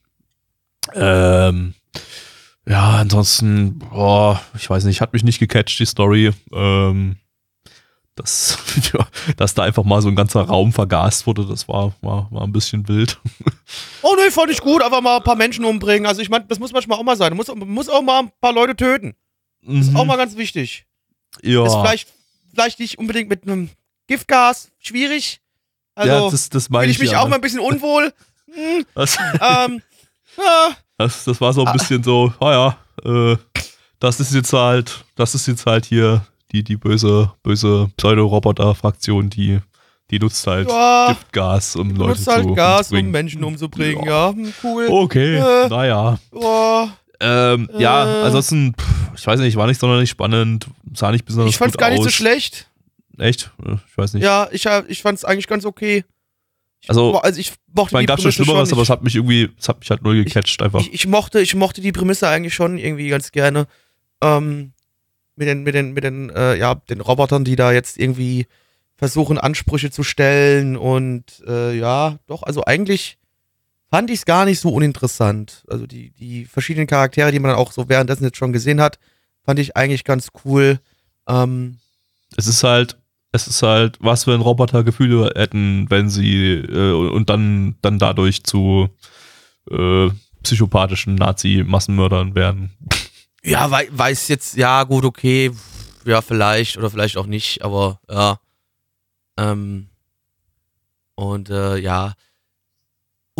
Ähm, ja, ansonsten, boah, ich weiß nicht, hat mich nicht gecatcht, die Story. Ähm, Das, ja, dass da einfach mal so ein ganzer Raum vergast wurde, das war, war, war ein bisschen wild. Oh ne, fand ich gut, einfach mal ein paar Menschen umbringen. Also ich meine, das muss manchmal auch mal sein. Man muss, man muss auch mal ein paar Leute töten. Das ist Mhm. auch mal ganz wichtig. Ja, Ist vielleicht, vielleicht nicht unbedingt mit einem Giftgas schwierig. Also ja das, das meine fühle ich ich mich ja, auch ne? mal ein bisschen unwohl. Hm, das, ähm, ja. das, das war so ein Ah. bisschen so, ah ja, äh, das ist jetzt halt, das ist jetzt halt hier die, die böse, böse Pseudo-Roboter-Fraktion, die, die nutzt halt Ja, Giftgas, um Leute nutzt zu halt Gas, um umbringen. Menschen umzubringen, ja. Hm, cool. Okay, Äh. naja. Ja, Ähm, ja, Äh. ansonsten, pff, ich weiß nicht, war nicht sonderlich spannend, sah nicht besonders ich fand's gut gar nicht aus. so schlecht. Echt? Ich weiß nicht. Ja, ich, hab- ich fand's eigentlich ganz okay. Ich, Also, also ich mochte Ich meine, die gab schon Prämisse Schlimmeres, schon. aber es hat mich irgendwie, es hat mich halt null gecatcht einfach. Ich, ich, mochte, ich mochte die Prämisse eigentlich schon irgendwie ganz gerne. Ähm, mit den, mit den, mit den, äh, ja, den Robotern, die da jetzt irgendwie versuchen, Ansprüche zu stellen, und äh, ja, doch, also eigentlich fand ich es gar nicht so uninteressant. Also die, die verschiedenen Charaktere, die man dann auch so währenddessen jetzt schon gesehen hat, fand ich eigentlich ganz cool. Ähm, Es ist halt, es ist halt, was wenn Roboter Gefühle hätten, wenn sie äh, und dann, dann dadurch zu äh, psychopathischen Nazi-Massenmördern werden. ja, wei weiß jetzt, ja, gut, okay, ja, vielleicht oder vielleicht auch nicht, aber ja. Ähm, und äh, ja. Und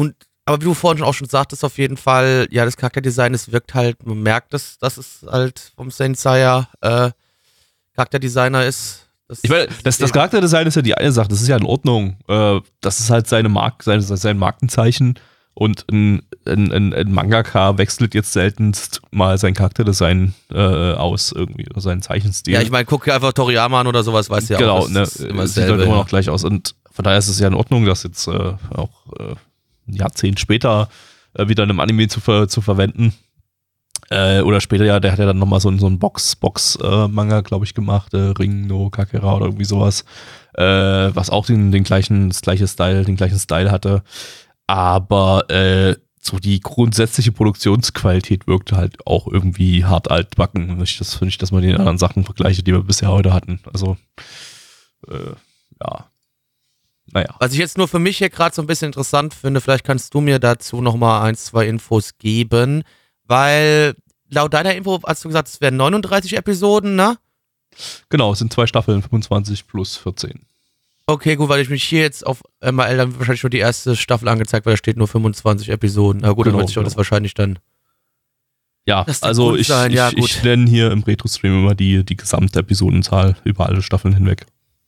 Aber wie du vorhin auch schon sagtest, auf jeden Fall, ja, das Charakterdesign, es wirkt halt, man merkt, dass, dass es halt vom Saint Seiya äh, Charakterdesigner ist. Das, Ich meine, das, das Charakterdesign ist ja die eine Sache, das ist ja in Ordnung. Äh, das ist halt seine Mark, seine, sein Markenzeichen. Und ein, ein, ein, ein Mangaka wechselt jetzt seltenst mal sein Charakterdesign äh, aus, irgendwie, oder seinen Zeichenstil. Ja, ich meine, guck dir einfach Toriyama an oder sowas, weißt du ja genau, auch. Genau, ne, ist immer sieht halt immer noch gleich aus. Und von daher ist es ja in Ordnung, das jetzt äh, auch äh, ein Jahrzehnt später äh, wieder in einem Anime zu, ver zu verwenden. Äh, oder später, ja, der hat ja dann nochmal so, so einen Box-Box-Manga, äh, glaube ich, gemacht, äh, Ring no Kakera oder irgendwie sowas, äh, was auch den, den gleichen, das gleiche Style, den gleichen Style hatte. Aber äh, so die grundsätzliche Produktionsqualität wirkte halt auch irgendwie hart altbacken, wenn ich das, wenn ich das mal mit den anderen Sachen vergleiche, die wir bisher heute hatten. Also, äh, ja. Naja. Was ich jetzt nur für mich hier gerade so ein bisschen interessant finde, vielleicht kannst du mir dazu nochmal ein, zwei Infos geben, weil laut deiner Info hast du gesagt, es wären neununddreißig Episoden, ne? Genau, es sind zwei Staffeln, fünfundzwanzig plus vierzehn. Okay, gut, weil ich mich hier jetzt auf M L dann wahrscheinlich nur die erste Staffel angezeigt, weil da steht nur fünfundzwanzig Episoden. Na gut, genau, dann wird sich auch genau. das wahrscheinlich dann. Ja, also ich, sein. ich, Ja, ich nenne hier im Retro-Stream immer die, die gesamte Episodenzahl über alle Staffeln hinweg.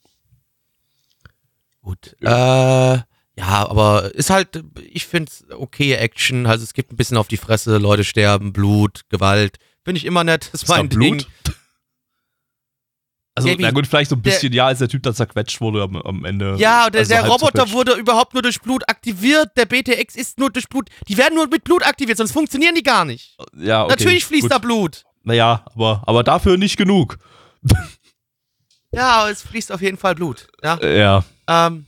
Gut. Ja. Äh, ja, aber ist halt, ich finde es okay Action. Also es gibt ein bisschen auf die Fresse, Leute sterben, Blut, Gewalt. Finde ich immer nett. Das ist mein Ding. Also, Gaby, na gut, vielleicht so ein bisschen, der, ja, als der Typ da zerquetscht wurde am, am Ende. Ja, der, also der Roboter wurde überhaupt nur durch Blut aktiviert. Der B T X ist nur durch Blut. Die werden nur mit Blut aktiviert, sonst funktionieren die gar nicht. Ja, okay, natürlich fließt gut. da Blut. Naja, aber, aber dafür nicht genug. Ja, aber es fließt auf jeden Fall Blut. Ja. Ja. Ähm,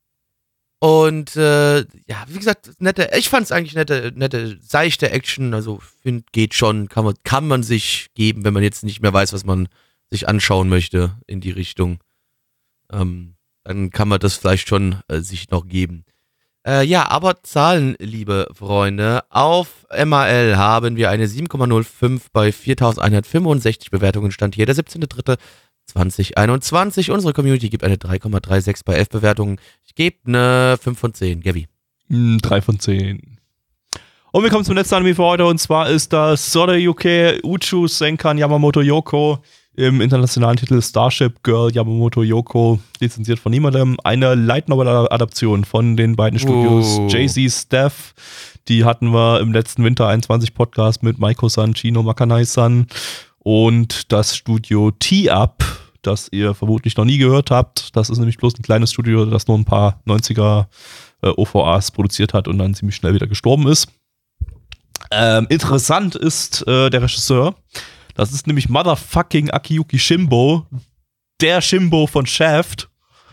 und äh, ja, wie gesagt, nette, ich fand es eigentlich nette, nette, seichte Action. Also, finde, geht schon, kann man, kann man sich geben, wenn man jetzt nicht mehr weiß, was man sich anschauen möchte in die Richtung. Ähm, dann kann man das vielleicht schon äh, sich noch geben. Äh, ja, aber Zahlen, liebe Freunde. Auf M A L haben wir eine sieben Komma null fünf bei viertausendeinhundertfünfundsechzig Bewertungen. Stand hier der siebzehnter dritter zweitausendeinundzwanzig. Unsere Community gibt eine drei Komma sechsunddreißig bei elf Bewertungen. Ich gebe eine fünf von zehn. Gabi. drei von zehn. Und wir kommen zum letzten Anime für heute. Und zwar ist das Sorayuke Uchu Senkan Yamamoto Yoko im internationalen Titel Starship Girl Yamamoto Yoko, lizenziert von niemandem. Eine Light Novel-Adaption von den beiden Studios Oh. J Z Staff. Die hatten wir im letzten Winter einundzwanzig Podcast mit Maiko-san, Chino Makanai-san und das Studio T-Up, das ihr vermutlich noch nie gehört habt. Das ist nämlich bloß ein kleines Studio, das nur ein paar neunziger äh, O V As produziert hat und dann ziemlich schnell wieder gestorben ist. Ähm, interessant ist äh, der Regisseur. Das ist nämlich Motherfucking Akiyuki Shimbo, der Shimbo von Shaft.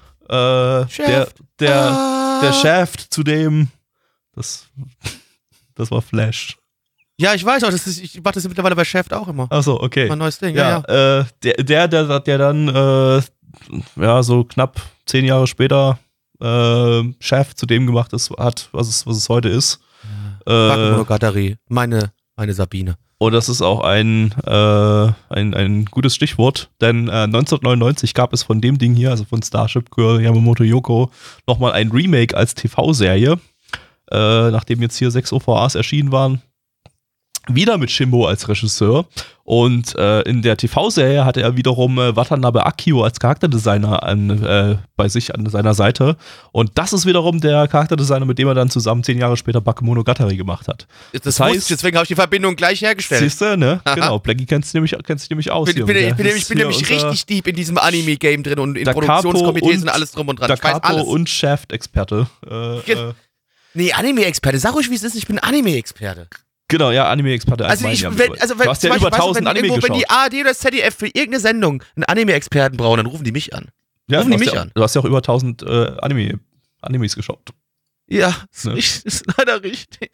Äh, Shaft. Der, der, Ah. der Shaft, zu dem das, das war Flash. Ja, ich weiß auch, das ist, ich mache das mittlerweile bei Shaft auch immer. Achso, okay. Mein neues Ding, ja, Ja, ja. Äh, der, der, der, der dann äh, ja, so knapp zehn Jahre später äh, Shaft zu dem gemacht ist, hat, was es, was es heute ist. Äh, Bakemonogatari, meine, meine Sabine. Und das ist auch ein, äh, ein, ein gutes Stichwort, denn äh, neunzehnhundertneunundneunzig gab es von dem Ding hier, also von Starship Girl Yamamoto Yoko, nochmal ein Remake als T V-Serie, äh, nachdem jetzt hier sechs O V As erschienen waren. Wieder mit Shimbo als Regisseur. Und äh, in der T V-Serie hatte er wiederum äh, Watanabe Akio als Charakterdesigner an, äh, bei sich an seiner Seite. Und das ist wiederum der Charakterdesigner, mit dem er dann zusammen zehn Jahre später Bakemonogatari gemacht hat. Das, Das heißt, heißt- deswegen habe ich die Verbindung gleich hergestellt. Siehst du, ne? Genau. Blackie kennt sich nämlich, kennt sich nämlich aus. Ich bin, hier. ich bin, ich bin, Der ich bin ist nämlich hier unser richtig deep in diesem Anime-Game drin und in Da Produktionskomitees Capo und alles drum und dran. Da Ich weiß Capo alles. und Shaft-Experte. Äh, Ge- äh, Nee, Anime-Experte. Sag ruhig, wie es ist. Ich bin Anime-Experte. genau, ja, Anime-Experte. Also, ich, allgemein, wenn, ja. also Du wenn, hast zum ja Beispiel, über weißt du, tausend wenn, Anime irgendwo, wenn die geschaut. A R D oder das Z D F für irgendeine Sendung einen Anime-Experten brauchen, dann rufen die mich an. Ja, rufen du, die hast mich ja, an. du hast ja auch über tausend äh, Anime, Animes geschaut. Ja, ist, Ne? richtig- ist leider richtig.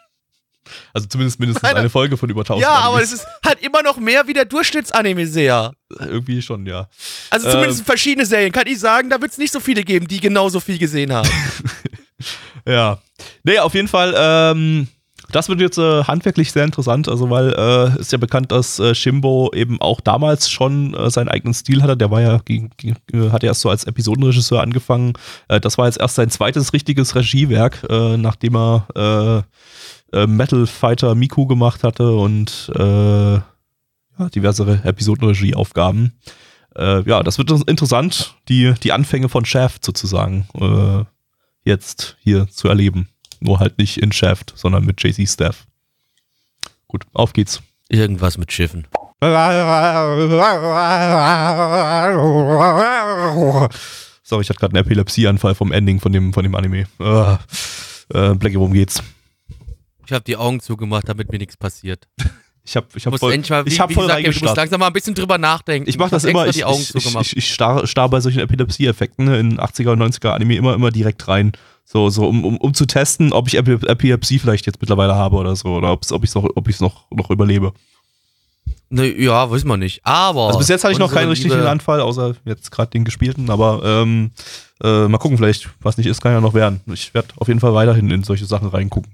Also zumindest mindestens Leider. eine Folge von über tausend Ja, aber Animes. es ist halt immer noch mehr wie der Durchschnitts-Anime-Seher. Irgendwie schon, ja. Also Ähm. zumindest verschiedene Serien. Kann ich sagen, da wird es nicht so viele geben, die genauso viel gesehen haben. Ja. Nee, auf jeden Fall, ähm, Das wird jetzt äh, handwerklich sehr interessant, also weil äh, ist ja bekannt, dass äh, Shimbo eben auch damals schon äh, seinen eigenen Stil hatte. Der war ja gegen, gegen, hat ja erst so als Episodenregisseur angefangen. Äh, das war jetzt erst sein zweites richtiges Regiewerk, äh, nachdem er äh, äh, Metal Fighter Miku gemacht hatte und äh, ja, diverse Episodenregieaufgaben. Äh, ja, das wird interessant, die, die Anfänge von Shaft sozusagen äh, jetzt hier zu erleben. Nur halt nicht in Shaft, sondern mit J C Staff. Gut, auf geht's. Irgendwas mit Schiffen. Sorry, ich hatte gerade einen Epilepsieanfall vom Ending von dem, von dem Anime. Uh, äh, Blackie, worum geht's? Ich habe die Augen zugemacht, damit mir nichts passiert. Ich habe ich hab du voll, mal, wie, ich hab wie voll gesagt, du musst langsam mal ein bisschen drüber nachdenken. Ich mache das immer, ich, die Augen ich, zugemacht. ich, ich starr, starr bei solchen Epilepsie-Effekten in achtziger und neunziger Anime immer, immer direkt rein. So, so um, um, um zu testen, ob ich Epilepsie vielleicht jetzt mittlerweile habe oder so. Oder ob ich es noch, ob ich's noch, noch überlebe. Ne, ja, weiß man nicht. Aber. Also bis jetzt hatte ich noch keinen Liebe richtigen Anfall, außer jetzt gerade den gespielten. Aber ähm, äh, mal gucken, vielleicht, was nicht ist, kann ja noch werden. Ich werde auf jeden Fall weiterhin in solche Sachen reingucken.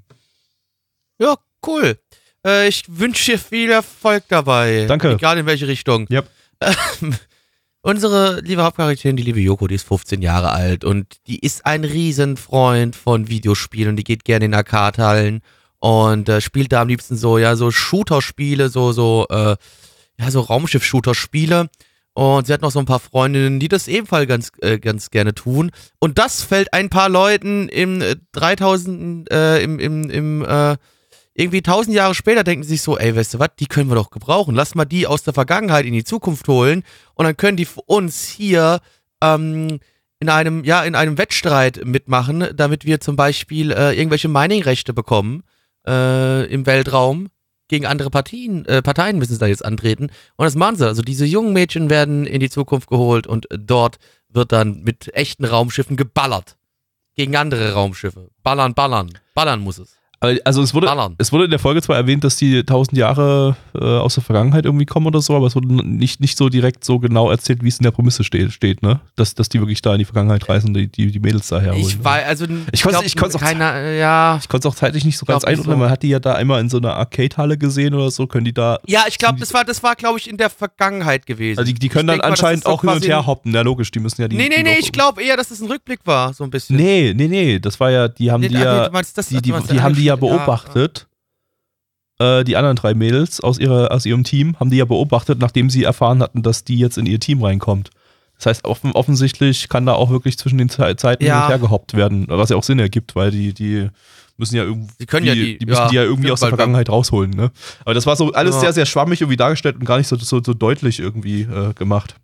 Ja, cool. Äh, ich wünsche dir viel Erfolg dabei. Danke. Egal in welche Richtung. Yep. Ähm, unsere liebe Hauptcharakterin, die liebe Yoko, die ist fünfzehn Jahre alt und die ist ein Riesenfreund von Videospielen und die geht gerne in Arcade-Hallen und äh, spielt da am liebsten so, ja, so Shooter-Spiele, so, so, äh, ja, so Raumschiff-Shooter-Spiele. Und sie hat noch so ein paar Freundinnen, die das ebenfalls ganz, äh, ganz gerne tun. Und das fällt ein paar Leuten im äh, dreitausend, äh, im, im, im, äh, irgendwie tausend Jahre später denken sie sich so, ey, weißt du was, die können wir doch gebrauchen. Lass mal die aus der Vergangenheit in die Zukunft holen und dann können die für uns hier ähm, in einem, ja, in einem Wettstreit mitmachen, damit wir zum Beispiel äh, irgendwelche Mining-Rechte bekommen äh, im Weltraum. Gegen andere Partien, äh, Parteien müssen sie da jetzt antreten. Und das machen sie. Also diese jungen Mädchen werden in die Zukunft geholt und dort wird dann mit echten Raumschiffen geballert. Gegen andere Raumschiffe. Ballern, ballern. Ballern muss es. Also es wurde, es wurde in der Folge zwar erwähnt, dass die tausend Jahre äh, aus der Vergangenheit irgendwie kommen oder so, aber es wurde nicht, nicht so direkt so genau erzählt, wie es in der Prämisse steht, steht ne? Dass, dass die wirklich da in die Vergangenheit reisen, die, die, die Mädels da herholen. Ich weiß, also ich konnte ich es auch, ja, auch zeitlich nicht so ganz einordnen, so. Man hat die ja da einmal in so einer Arcade-Halle gesehen oder so, können die da... Ja, ich glaube, das war, das war glaube ich, in der Vergangenheit gewesen. Also die, die können ich dann anscheinend mal, auch so hin und her hoppen, ja logisch, die müssen ja die... Nee, nee, nee, ich glaube eher, dass das ein Rückblick war, so ein bisschen. Nee, nee, nee, das war ja, die haben nee, die ja, nee, meinst, das, die, die, die haben die ja beobachtet. Ja. Die anderen drei Mädels aus, ihrer, aus ihrem Team haben die ja beobachtet, nachdem sie erfahren hatten, dass die jetzt in ihr Team reinkommt. Das heißt, offen, offensichtlich kann da auch wirklich zwischen den Zeiten ja. hin und her gehoppt werden, was ja auch Sinn ergibt, weil die, die müssen ja irgendwie, die, können ja die, die müssen ja, die ja irgendwie aus der Vergangenheit rausholen. Ne? Aber das war so alles ja. sehr, sehr schwammig irgendwie dargestellt und gar nicht so, so, so deutlich irgendwie äh, gemacht.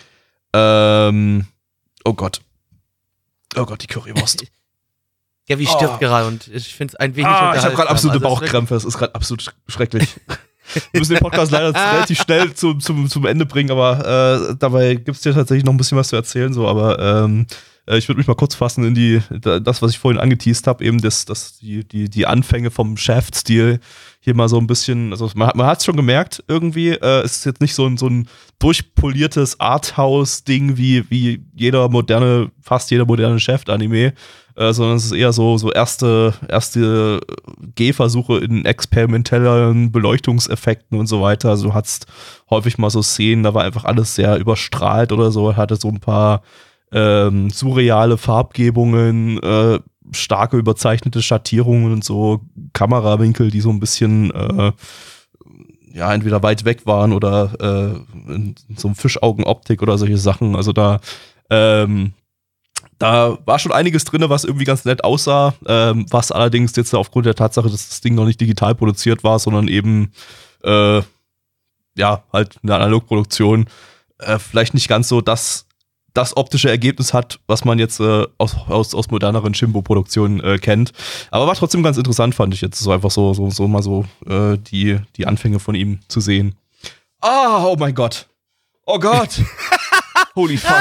Ähm, oh Gott. Oh Gott, die Currywurst. Gavi stirbt oh. gerade und ich finde es ein wenig ah, ich habe gerade absolute also Bauchkrämpfe, es ist gerade absolut schrecklich. Wir müssen den Podcast leider relativ schnell zu, zum, zum Ende bringen, aber äh, dabei gibt es dir tatsächlich noch ein bisschen was zu erzählen, so, aber ähm, ich würde mich mal kurz fassen in die, das, was ich vorhin angeteased habe, eben das, das, die, die, die Anfänge vom Shaft-Stil hier mal so ein bisschen, also man, man hat es schon gemerkt irgendwie, äh, es ist jetzt nicht so ein, so ein durchpoliertes Arthouse-Ding wie, wie jeder moderne, fast jeder moderne Shaft-Anime, äh, sondern es ist eher so, so erste, erste Gehversuche in experimentellen Beleuchtungseffekten und so weiter. Also du hattest häufig mal so Szenen, da war einfach alles sehr überstrahlt oder so, hatte so ein paar ähm, surreale Farbgebungen, äh, starke überzeichnete Schattierungen und so Kamerawinkel, die so ein bisschen äh, ja entweder weit weg waren oder äh, in so einem Fischaugenoptik oder solche Sachen. Also da ähm, da war schon einiges drin, was irgendwie ganz nett aussah, ähm, was allerdings jetzt aufgrund der Tatsache, dass das Ding noch nicht digital produziert war, sondern eben äh, ja halt eine Analogproduktion, äh, vielleicht nicht ganz so das das optische Ergebnis hat, was man jetzt äh, aus, aus, aus moderneren Shimbo-Produktionen äh, kennt. Aber war trotzdem ganz interessant, fand ich jetzt so einfach so, so, so mal so äh, die, die Anfänge von ihm zu sehen. Ah, oh mein Gott. Oh Gott. Holy fuck.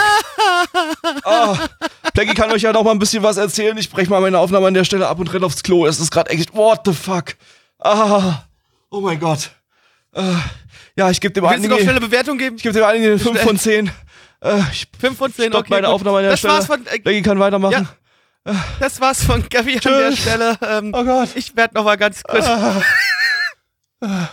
Oh, Blackie kann euch ja noch mal ein bisschen was erzählen. Ich breche mal meine Aufnahme an der Stelle ab und renne aufs Klo. Es ist gerade echt, what the fuck. Ah, oh mein Gott. Uh, ja, ich gebe dem Willst du noch schnelle Bewertung geben? Ich gebe dem einigen fünf von zehn. Äh, ich fünf von zehn, stopp okay, meine gut. Aufnahme an der das Stelle. War's von, äh, Blackie kann weitermachen. Das war's von Gabi an der Stelle. Ähm, Oh Gott. Ich werde noch mal ganz kurz... Ah. Ah.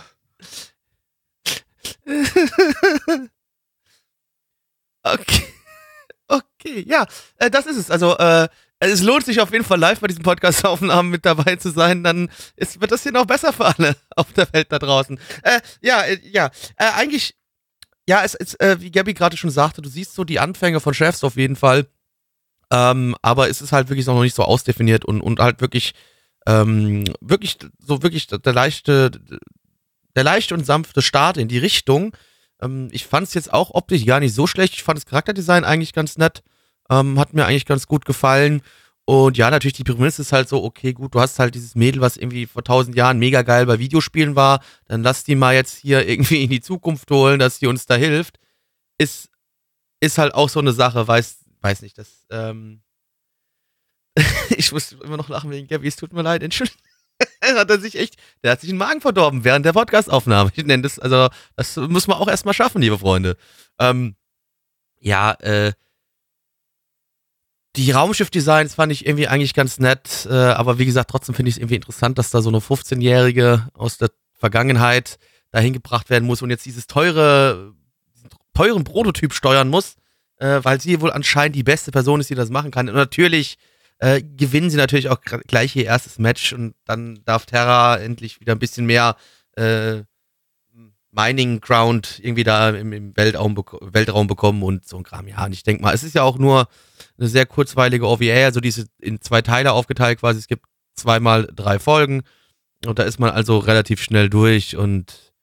Okay. Okay, ja, äh, das ist es. Also, äh, es lohnt sich auf jeden Fall live bei diesen Podcast-Aufnahmen mit dabei zu sein. Dann ist, wird das hier noch besser für alle auf der Welt da draußen. Äh, ja, äh, ja, äh, eigentlich, ja, es ist, äh, wie Gabi gerade schon sagte, du siehst so die Anfänge von Chefs auf jeden Fall. Ähm, aber es ist halt wirklich noch nicht so ausdefiniert und, und halt wirklich, ähm, wirklich, so wirklich der leichte, der leichte und sanfte Start in die Richtung. Ähm, ich fand es jetzt auch optisch gar nicht so schlecht. Ich fand das Charakterdesign eigentlich ganz nett. Ähm, hat mir eigentlich ganz gut gefallen. Und ja, natürlich, die Prämisse ist halt so, okay, gut, du hast halt dieses Mädel, was irgendwie vor tausend Jahren mega geil bei Videospielen war. Dann lass die mal jetzt hier irgendwie in die Zukunft holen, dass die uns da hilft. Ist, ist halt auch so eine Sache, weiß, weiß nicht, das, ähm, ich muss immer noch lachen wegen Gabi, es tut mir leid, Entschuldigung. hat er sich echt, der hat sich den Magen verdorben während der Podcast-Aufnahme. Ich nenne das, also, das muss man auch erstmal schaffen, liebe Freunde. Ähm, ja, äh, die Raumschiff-Designs fand ich irgendwie eigentlich ganz nett, äh, aber wie gesagt, trotzdem finde ich es irgendwie interessant, dass da so eine fünfzehnjährige aus der Vergangenheit dahin gebracht werden muss und jetzt dieses teure, diesen teuren Prototyp steuern muss, äh, weil sie wohl anscheinend die beste Person ist, die das machen kann. Und natürlich äh, gewinnen sie natürlich auch gleich ihr erstes Match und dann darf Terra endlich wieder ein bisschen mehr äh, Mining Ground irgendwie da im, im Weltraum, bek- Weltraum bekommen und so ein Kram. Ja, und ich denke mal, es ist ja auch nur eine sehr kurzweilige O V A, also diese in zwei Teile aufgeteilt quasi. Es gibt zweimal drei Folgen und da ist man also relativ schnell durch und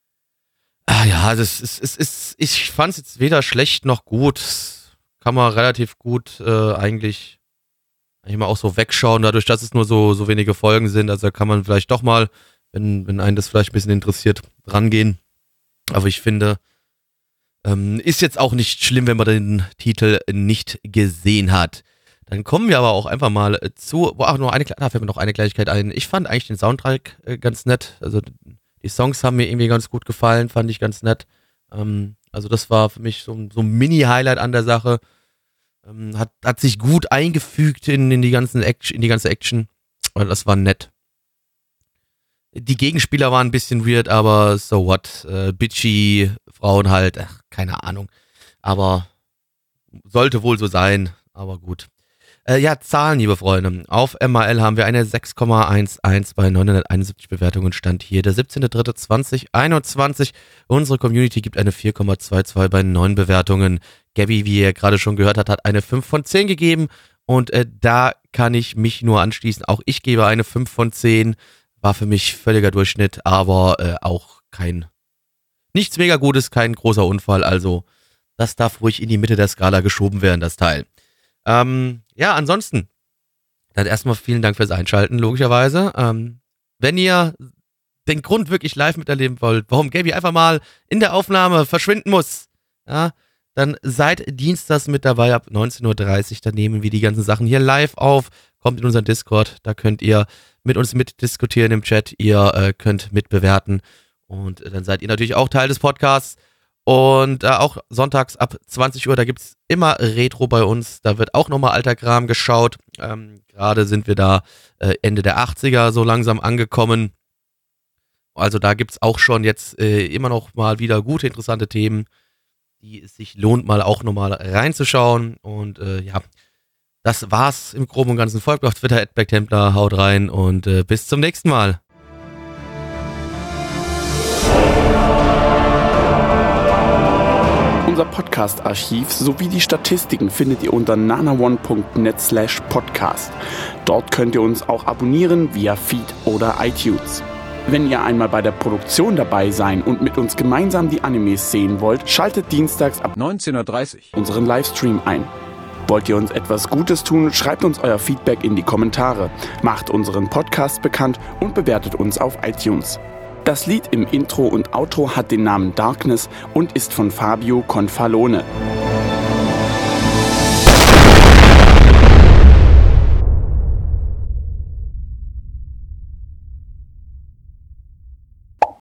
ah ja, das ist, ist, ist, ich fand es jetzt weder schlecht noch gut. Kann man relativ gut äh, eigentlich, eigentlich mal auch so wegschauen, dadurch, dass es nur so, so wenige Folgen sind. Also kann man vielleicht doch mal, wenn, wenn einen das vielleicht ein bisschen interessiert, rangehen. Aber ich finde, ähm, ist jetzt auch nicht schlimm, wenn man den Titel nicht gesehen hat. Dann kommen wir aber auch einfach mal zu, boah, noch eine, da fällt mir noch eine Kleinigkeit ein. Ich fand eigentlich den Soundtrack äh, ganz nett. Also die Songs haben mir irgendwie ganz gut gefallen, fand ich ganz nett. Ähm, also das war für mich so, so ein Mini-Highlight an der Sache. Ähm, hat, hat sich gut eingefügt in, in, die ganzen Action, in die ganze Action. Also das war nett. Die Gegenspieler waren ein bisschen weird, aber so what. Äh, bitchy Frauen halt, ach, keine Ahnung. Aber sollte wohl so sein, aber gut. Äh, ja, Zahlen, liebe Freunde. Auf M A L haben wir eine sechs Komma elf bei neunhunderteinundsiebzig Bewertungen. Stand hier der siebzehnter dritter zweitausendeinundzwanzig. Unsere Community gibt eine vier Komma zweiundzwanzig bei neun Bewertungen. Gabi, wie ihr gerade schon gehört habt, hat eine fünf von zehn gegeben. Und äh, da kann ich mich nur anschließen. Auch ich gebe eine fünf von zehn. War für mich völliger Durchschnitt, aber äh, auch kein, nichts mega Gutes, kein großer Unfall. Also das darf ruhig in die Mitte der Skala geschoben werden, das Teil. Ähm, ja, ansonsten, dann erstmal vielen Dank fürs Einschalten, logischerweise. Ähm, wenn ihr den Grund wirklich live miterleben wollt, warum Gabi einfach mal in der Aufnahme verschwinden muss, ja, dann seid dienstags mit dabei ab neunzehn Uhr dreißig. Dann nehmen wir die ganzen Sachen hier live auf. Kommt in unseren Discord, da könnt ihr mit uns mitdiskutieren im Chat. Ihr äh, könnt mitbewerten und äh, dann seid ihr natürlich auch Teil des Podcasts. Und äh, auch sonntags ab zwanzig Uhr, da gibt es immer Retro bei uns. Da wird auch nochmal alter Kram geschaut. Ähm, Gerade sind wir da äh, Ende der achtziger so langsam angekommen. Also da gibt es auch schon jetzt äh, immer noch mal wieder gute, interessante Themen, die es sich lohnt, mal auch nochmal reinzuschauen. Und äh, ja, das war's im Groben und Ganzen. Folgt auf Twitter, at blacktemplar, haut rein und äh, bis zum nächsten Mal. Unser Podcast-Archiv sowie die Statistiken findet ihr unter nanaone punkt net slash podcast. Dort könnt ihr uns auch abonnieren via Feed oder iTunes. Wenn ihr einmal bei der Produktion dabei sein und mit uns gemeinsam die Animes sehen wollt, schaltet dienstags ab neunzehn Uhr dreißig unseren Livestream ein. Wollt ihr uns etwas Gutes tun, schreibt uns euer Feedback in die Kommentare, macht unseren Podcast bekannt und bewertet uns auf iTunes. Das Lied im Intro und Outro hat den Namen Darkness und ist von Fabio Confalone.